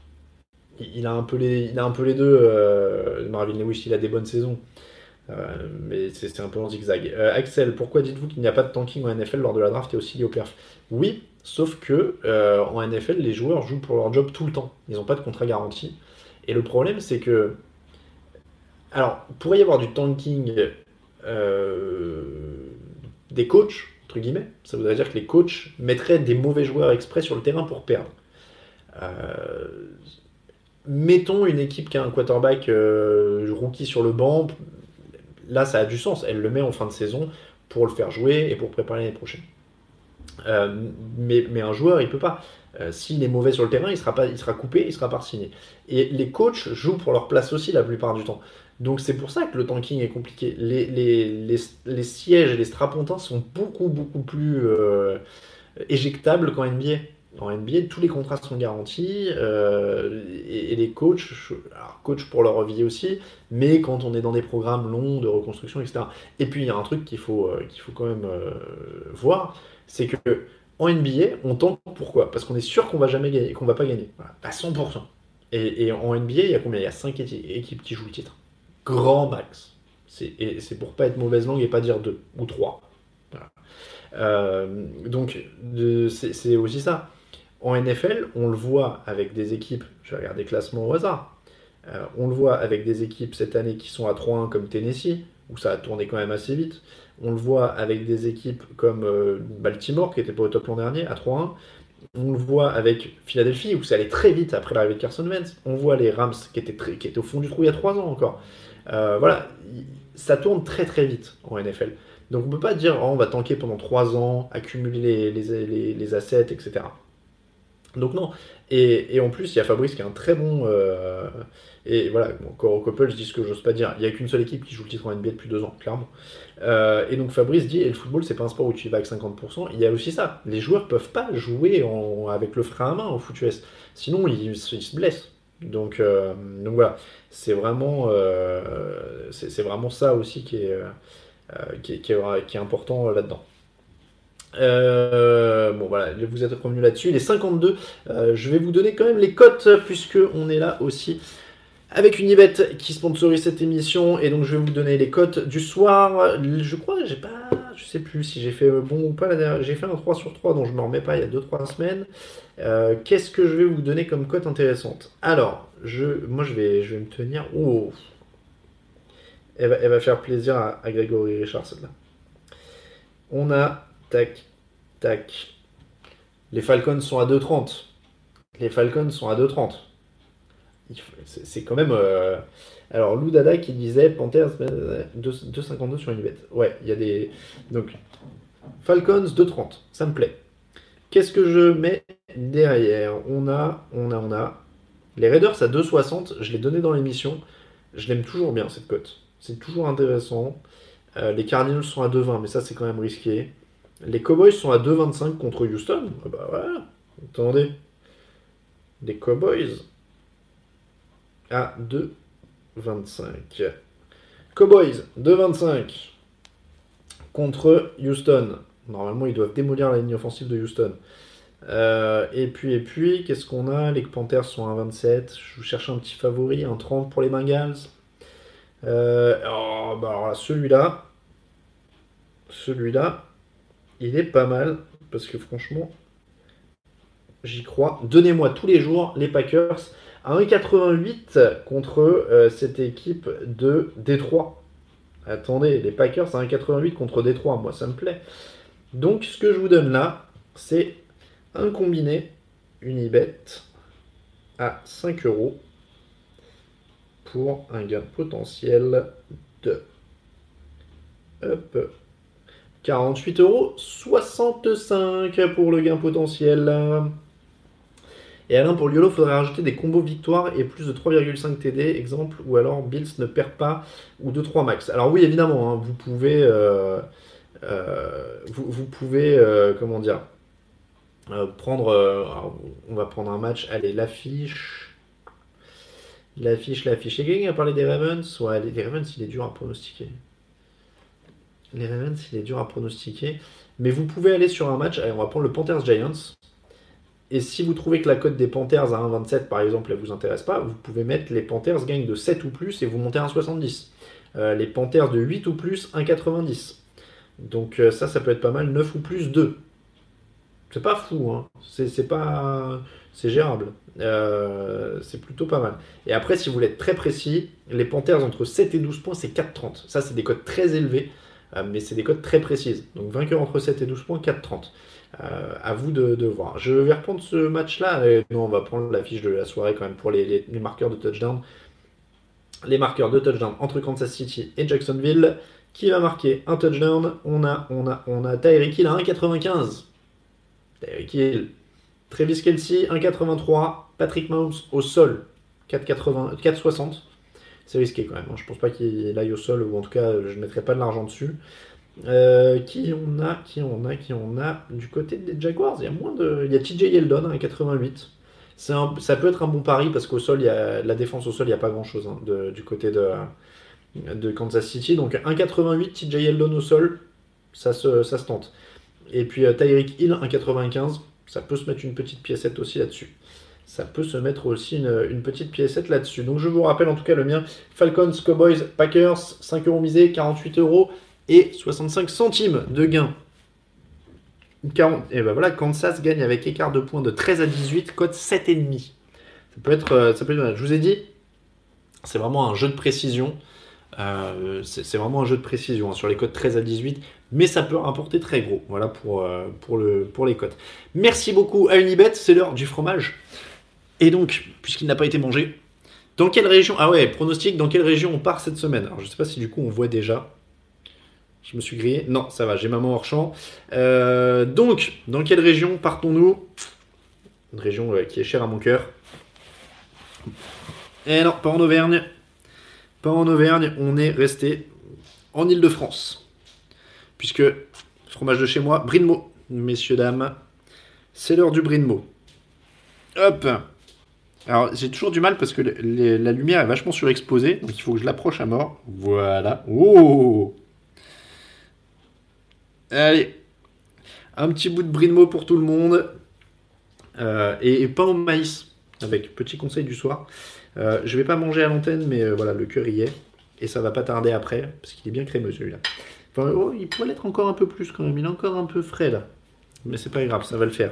il a un peu les il a un peu les deux. euh, Marvin Lewis, il a des bonnes saisons. Euh, mais c'est c'est un peu en zigzag. Euh, Axel, pourquoi dites-vous qu'il n'y a pas de tanking en N F L lors de la draft et aussi lié au perf? Oui, sauf que euh, en N F L, les joueurs jouent pour leur job tout le temps. Ils n'ont pas de contrat garanti. Et le problème, c'est que. Alors, il pourrait y avoir du tanking euh, des coachs, entre guillemets. Ça voudrait dire que les coachs mettraient des mauvais joueurs exprès sur le terrain pour perdre. Euh, Mettons une équipe qui a un quarterback euh, rookie sur le banc. Là, ça a du sens. Elle le met en fin de saison pour le faire jouer et pour préparer l'année prochaine. Euh, mais, mais un joueur, il peut pas. Euh, S'il est mauvais sur le terrain, il sera, pas, il sera coupé, il sera pas signé. Et les coachs jouent pour leur place aussi la plupart du temps. Donc c'est pour ça que le tanking est compliqué. Les, les, les, les sièges et les strapontins sont beaucoup, beaucoup plus euh, éjectables qu'en N B A. En N B A, tous les contrats sont garantis euh, et, et les coachs, alors coach pour leur vie aussi, mais quand on est dans des programmes longs de reconstruction, et cetera. Et puis il y a un truc qu'il faut, euh, qu'il faut quand même euh, voir, c'est que en N B A, on tente pourquoi? Parce qu'on est sûr qu'on va jamais gagner, qu'on va pas gagner, voilà, à cent pour cent. Et, et en N B A, il y a combien? Il y a cinq équipes qui jouent le titre. Grand max. C'est, et c'est pour pas être mauvaise langue et pas dire deux ou trois. Voilà. Euh, donc de, c'est, c'est aussi ça. En N F L, on le voit avec des équipes, je vais regarder le classement au hasard, euh, on le voit avec des équipes cette année qui sont à trois un comme Tennessee, où ça a tourné quand même assez vite. On le voit avec des équipes comme euh, Baltimore, qui était pas au top l'an dernier, à trois un. On le voit avec Philadelphie, où ça allait très vite après l'arrivée de Carson Wentz. On voit les Rams, qui étaient, très, qui étaient au fond du trou il y a trois ans encore. Euh, voilà, ça tourne très très vite en N F L. Donc on peut pas dire, oh, on va tanker pendant trois ans, accumuler les, les, les, les assets, et cetera. Donc non, Et, et en plus, il y a Fabrice qui est un très bon... Euh, et voilà, bon, Coro Koppel, je dis ce que j'ose pas dire. Il n'y a qu'une seule équipe qui joue le titre en N B A depuis deux ans, clairement. Euh, et donc Fabrice dit, et le football, c'est pas un sport où tu y vas avec cinquante pour cent. Il y a aussi ça. Les joueurs peuvent pas jouer en, avec le frein à main au foot U S. Sinon, ils, ils se blessent. Donc, euh, donc voilà, c'est vraiment, euh, c'est, c'est vraiment ça aussi qui est, euh, qui est, qui est, qui est important là-dedans. Euh, bon voilà, vous êtes revenu là-dessus. Il est cinquante-deux. Euh, je vais vous donner quand même les cotes puisque on est là aussi avec Unibet qui sponsorise cette émission et donc je vais vous donner les cotes du soir. Je crois, j'ai pas, je sais plus si j'ai fait bon ou pas la dernière. J'ai fait un trois sur trois dont je me remets pas il y a deux trois semaines. Euh, qu'est-ce que je vais vous donner comme cote intéressante? Alors, je, moi je vais, je vais me tenir. Oh, elle va, elle va faire plaisir à, à Grégory Richard celle-là. On a tac, tac. Les Falcons sont à deux trente. Les Falcons sont à deux trente. C'est, c'est quand même... Euh... Alors, Lou Dada qui disait Panthers deux cinquante-deux sur Unibet. Ouais, il y a des... Donc, Falcons deux trente. Ça me plaît. Qu'est-ce que je mets derrière? On a, on a, on a... Les Raiders à deux soixante. Je l'ai donné dans l'émission. Je l'aime toujours bien, cette cote. C'est toujours intéressant. Euh, les Cardinals sont à deux vingt, mais ça, c'est quand même risqué. Les Cowboys sont à deux vingt-cinq contre Houston. Ah bah voilà. Attendez. Les Cowboys à deux vingt-cinq. Cowboys deux vingt-cinq contre Houston. Normalement, ils doivent démolir la ligne offensive de Houston. Euh, et puis, et puis, qu'est-ce qu'on a? Les Panthers sont à vingt-sept. Je vous cherche un petit favori, un trente pour les Bengals. Euh, oh, bah alors là, celui-là, celui-là, il est pas mal parce que franchement, j'y crois. Donnez-moi tous les jours les Packers à un virgule quatre-vingt-huit contre euh, cette équipe de Détroit. Attendez, les Packers à un virgule quatre-vingt-huit contre Détroit, moi ça me plaît. Donc ce que je vous donne là, c'est un combiné Unibet à cinq euros pour un gain potentiel de hop, quarante-huit euros soixante-cinq pour le gain potentiel. Et Alain, pour YOLO, il faudrait rajouter des combos victoires et plus de trois virgule cinq T D, exemple, ou alors Bills ne perd pas, ou deux trois max. Alors oui, évidemment, hein, vous pouvez, euh, euh, vous, vous pouvez, euh, comment dire, euh, prendre, euh, on va prendre un match, allez, l'affiche, l'affiche, l'affiche. Et quelqu'un a parlé des Ravens? Ouais, les, les Ravens, il est dur à pronostiquer. Les Ravens, il est dur à pronostiquer. Mais vous pouvez aller sur un match, allez, on va prendre le Panthers Giants. Et si vous trouvez que la cote des Panthers à un virgule vingt-sept, par exemple, elle ne vous intéresse pas, vous pouvez mettre les Panthers gagnent de sept ou plus et vous montez à un virgule soixante-dix. Euh, les Panthers de huit ou plus, un virgule quatre-vingt-dix. Donc euh, ça, ça peut être pas mal. neuf ou plus, deux. C'est pas fou, hein. C'est, c'est pas... C'est gérable. Euh, c'est plutôt pas mal. Et après, si vous voulez être très précis, les Panthers entre sept et douze points, c'est quatre virgule trente. Ça, c'est des cotes très élevées, euh, mais c'est des cotes très précises. Donc vainqueur entre sept et douze points, quatre virgule trente. Euh, à vous de, de voir. Je vais reprendre ce match-là. Et non, on va prendre l'affiche de la soirée quand même pour les, les, les marqueurs de touchdown. Les marqueurs de touchdown entre Kansas City et Jacksonville. Qui va marquer un touchdown? On a, on a, on a Tyreek Hill à un virgule quatre-vingt-quinze. Tyreek Hill. Travis Kelce un virgule quatre-vingt-trois. Patrick Mahomes au sol quatre virgule soixante. C'est risqué quand même. Hein. Je pense pas qu'il aille au sol, ou en tout cas, je ne mettrai pas de l'argent dessus. Euh, qui on a, qui on a, qui on a du côté des Jaguars? Il y a moins de, il y a T J Yeldon à un virgule quatre-vingt-huit. C'est un, ça peut être un bon pari parce qu'au sol, il y a la défense au sol, il n'y a pas grand chose hein, de, du côté de, de Kansas City. Donc un virgule quatre-vingt-huit, T J Yeldon au sol, ça se, ça se tente. Et puis euh, Tyreek Hill un virgule quatre-vingt-quinze, ça peut se mettre une petite piécette aussi là-dessus. Ça peut se mettre aussi une, une petite piécette là-dessus. Donc je vous rappelle en tout cas le mien, Falcons, Cowboys, Packers, cinq euros misés, quarante-huit euros. Et soixante-cinq centimes de gain. quarante, et ben voilà, Kansas gagne avec écart de points de treize à dix-huit, cote sept virgule cinq. Ça peut être, ça peut être, je vous ai dit, c'est vraiment un jeu de précision. Euh, c'est, c'est vraiment un jeu de précision hein, sur les cotes treize à dix-huit, mais ça peut rapporter très gros. Voilà pour, euh, pour, le, pour les cotes. Merci beaucoup à Unibet, c'est l'heure du fromage. Et donc, puisqu'il n'a pas été mangé, dans quelle région, ah ouais, pronostic, dans quelle région on part cette semaine? Alors je ne sais pas si du coup on voit déjà. Je me suis grillé. Non, ça va, j'ai maman hors champ. Euh, donc, dans quelle région partons-nous? une région euh, qui est chère à mon cœur. Et non, pas en Auvergne. Pas en Auvergne, on est resté en Île-de-France. Puisque, fromage de chez moi, brie de Meaux, messieurs, dames. C'est l'heure du brie de Meaux. Hop. Alors, j'ai toujours du mal parce que les, la lumière est vachement surexposée. Donc, il faut que je l'approche à mort. Voilà. Oh. Allez. Un petit bout de brie de Meaux pour tout le monde. Euh, et, et pain au maïs. Avec petit conseil du soir. Euh, je vais pas manger à l'antenne, mais euh, voilà, le cœur y est. Et ça va pas tarder après. Parce qu'il est bien crémeux, celui-là. Enfin, oh, il pourrait l'être encore un peu plus quand même. Il est encore un peu frais, là. Mais c'est pas grave, ça va le faire.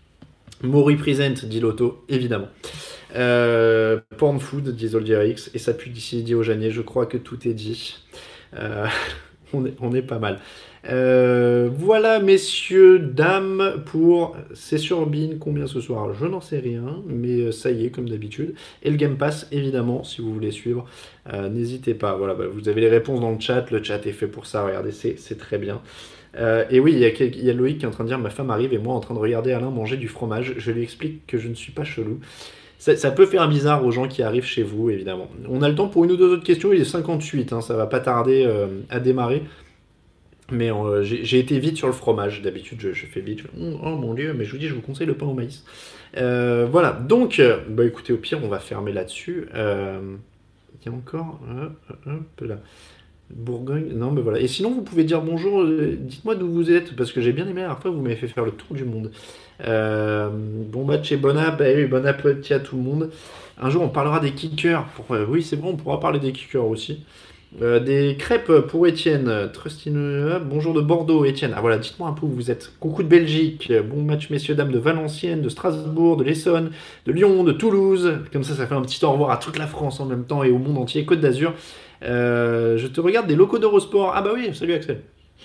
Maury Present, dit Lotto, évidemment. Euh, Porn Food, dit Zoldier-X, et ça pue d'ici, dit Ojanier. Je crois que tout est dit. Euh, on, est, on est pas mal. Euh, voilà, messieurs, dames, pour C'est sur Bean. Combien ce soir? Je n'en sais rien, mais ça y est, comme d'habitude. Et le Game Pass, évidemment, si vous voulez suivre, euh, n'hésitez pas. Voilà, bah, vous avez les réponses dans le chat. Le chat est fait pour ça. Regardez, c'est, c'est très bien. Euh, et oui, il y, a, il y a Loïc qui est en train de dire ma femme arrive et moi en train de regarder Alain manger du fromage. Je lui explique que je ne suis pas chelou. Ça, ça peut faire bizarre aux gens qui arrivent chez vous, évidemment. On a le temps pour une ou deux autres questions. Il est cinquante-huit, hein, ça va pas tarder euh, à démarrer. Mais euh, j'ai, j'ai été vite sur le fromage. D'habitude, je, je fais vite. Je fais, oh mon dieu, mais je vous dis, je vous conseille le pain au maïs. Euh, voilà, donc, euh, bah écoutez, au pire, on va fermer là-dessus. Euh, il y a encore... Euh, hop là. Bourgogne, non mais voilà. Et sinon vous pouvez dire bonjour, euh, dites-moi d'où vous êtes, parce que j'ai bien aimé la dernière fois, vous m'avez fait faire le tour du monde. Euh, bon match et bon app, eh, bon appétit à tout le monde. Un jour on parlera des kickers, pour, euh, oui c'est bon, on pourra parler des kickers aussi. Euh, des crêpes pour Étienne, Trustine, bonjour de Bordeaux Étienne, ah voilà, dites-moi un peu où vous êtes. Coucou de Belgique, bon match messieurs dames de Valenciennes, de Strasbourg, de l'Essonne, de Lyon, de Toulouse, comme ça ça fait un petit au revoir à toute la France en même temps et au monde entier, Côte d'Azur. Euh, je te regarde des locaux d'Eurosport. Ah bah oui, salut Axel.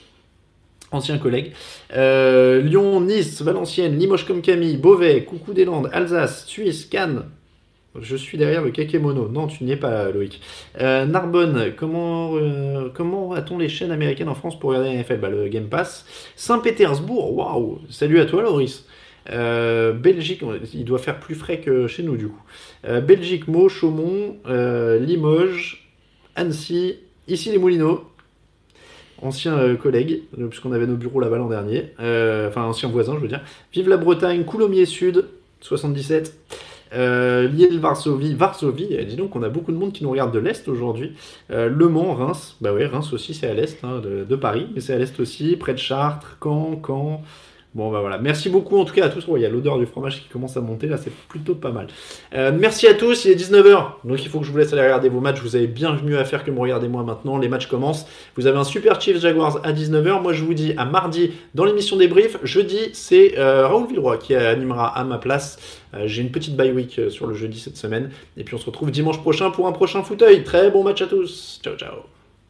Ancien collègue. Euh, Lyon, Nice, Valenciennes, Limoges comme Camille, Beauvais, coucou des Landes, Alsace, Suisse, Cannes. Je suis derrière le kakémono. Non, tu n'y es pas, Loïc. Euh, Narbonne, comment, euh, comment a-t-on les chaînes américaines en France pour regarder la N F L? Bah, le Game Pass. Saint-Pétersbourg, waouh. Salut à toi, Loris. Euh, Belgique, il doit faire plus frais que chez nous, du coup. Euh, Belgique, Meaux, Chaumont, euh, Limoges, Annecy, ici les Moulineaux, anciens euh, collègues, euh, puisqu'on avait nos bureaux là-bas l'an dernier, euh, enfin anciens voisins, je veux dire. Vive la Bretagne, Coulommiers Sud, soixante-dix-sept, euh, Lille, Varsovie, Varsovie, et dis donc on a beaucoup de monde qui nous regarde de l'Est aujourd'hui. Euh, Le Mans, Reims, bah ouais, Reims aussi c'est à l'Est hein, de, de Paris, mais c'est à l'Est aussi, près de Chartres, Caen, Caen. Bon bah voilà, merci beaucoup en tout cas à tous. Oh, il y a l'odeur du fromage qui commence à monter là, c'est plutôt pas mal. Euh, merci à tous, il est dix-neuf heures, donc il faut que je vous laisse aller regarder vos matchs. Vous avez bien mieux à faire que me regarder moi maintenant, les matchs commencent. Vous avez un super Chiefs Jaguars à dix-neuf heures, moi je vous dis à mardi dans l'émission débrief. Jeudi c'est euh, Raoul Villeroy qui animera à ma place. Euh, j'ai une petite bye week sur le jeudi cette semaine, et puis on se retrouve dimanche prochain pour un prochain fauteuil. Très bon match à tous, ciao ciao.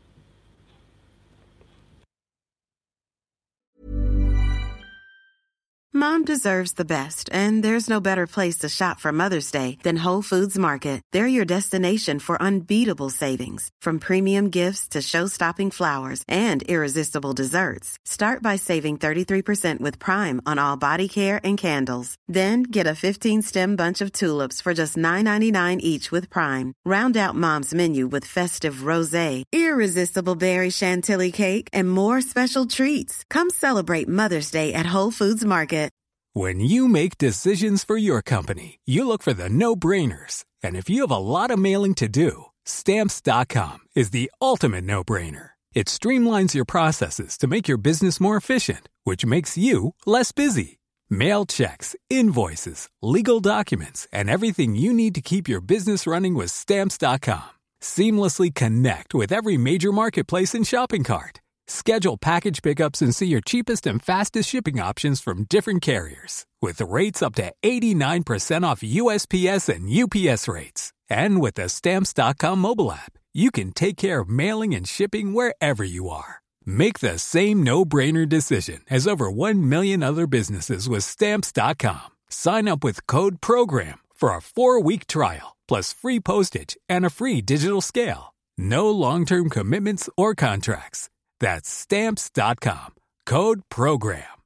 Mom deserves the best, and there's no better place to shop for Mother's Day than Whole Foods Market. They're your destination for unbeatable savings, from premium gifts to show-stopping flowers and irresistible desserts. Start by saving thirty-three percent with Prime on all body care and candles. Then get a fifteen-stem bunch of tulips for just nine ninety-nine each with Prime. Round out Mom's menu with festive rosé, irresistible berry chantilly cake, and more special treats. Come celebrate Mother's Day at Whole Foods Market. When you make decisions for your company, you look for the no-brainers. And if you have a lot of mailing to do, Stamps dot com is the ultimate no-brainer. It streamlines your processes to make your business more efficient, which makes you less busy. Mail checks, invoices, legal documents, and everything you need to keep your business running with Stamps dot com. Seamlessly connect with every major marketplace and shopping cart. Schedule package pickups and see your cheapest and fastest shipping options from different carriers. With rates up to eighty-nine percent off U S P S and U P S rates. And with the Stamps dot com mobile app, you can take care of mailing and shipping wherever you are. Make the same no-brainer decision as over one million other businesses with Stamps dot com. Sign up with code PROGRAM for a four-week trial, plus free postage and a free digital scale. No long-term commitments or contracts. That's Stamps dot com. Code PROGRAM.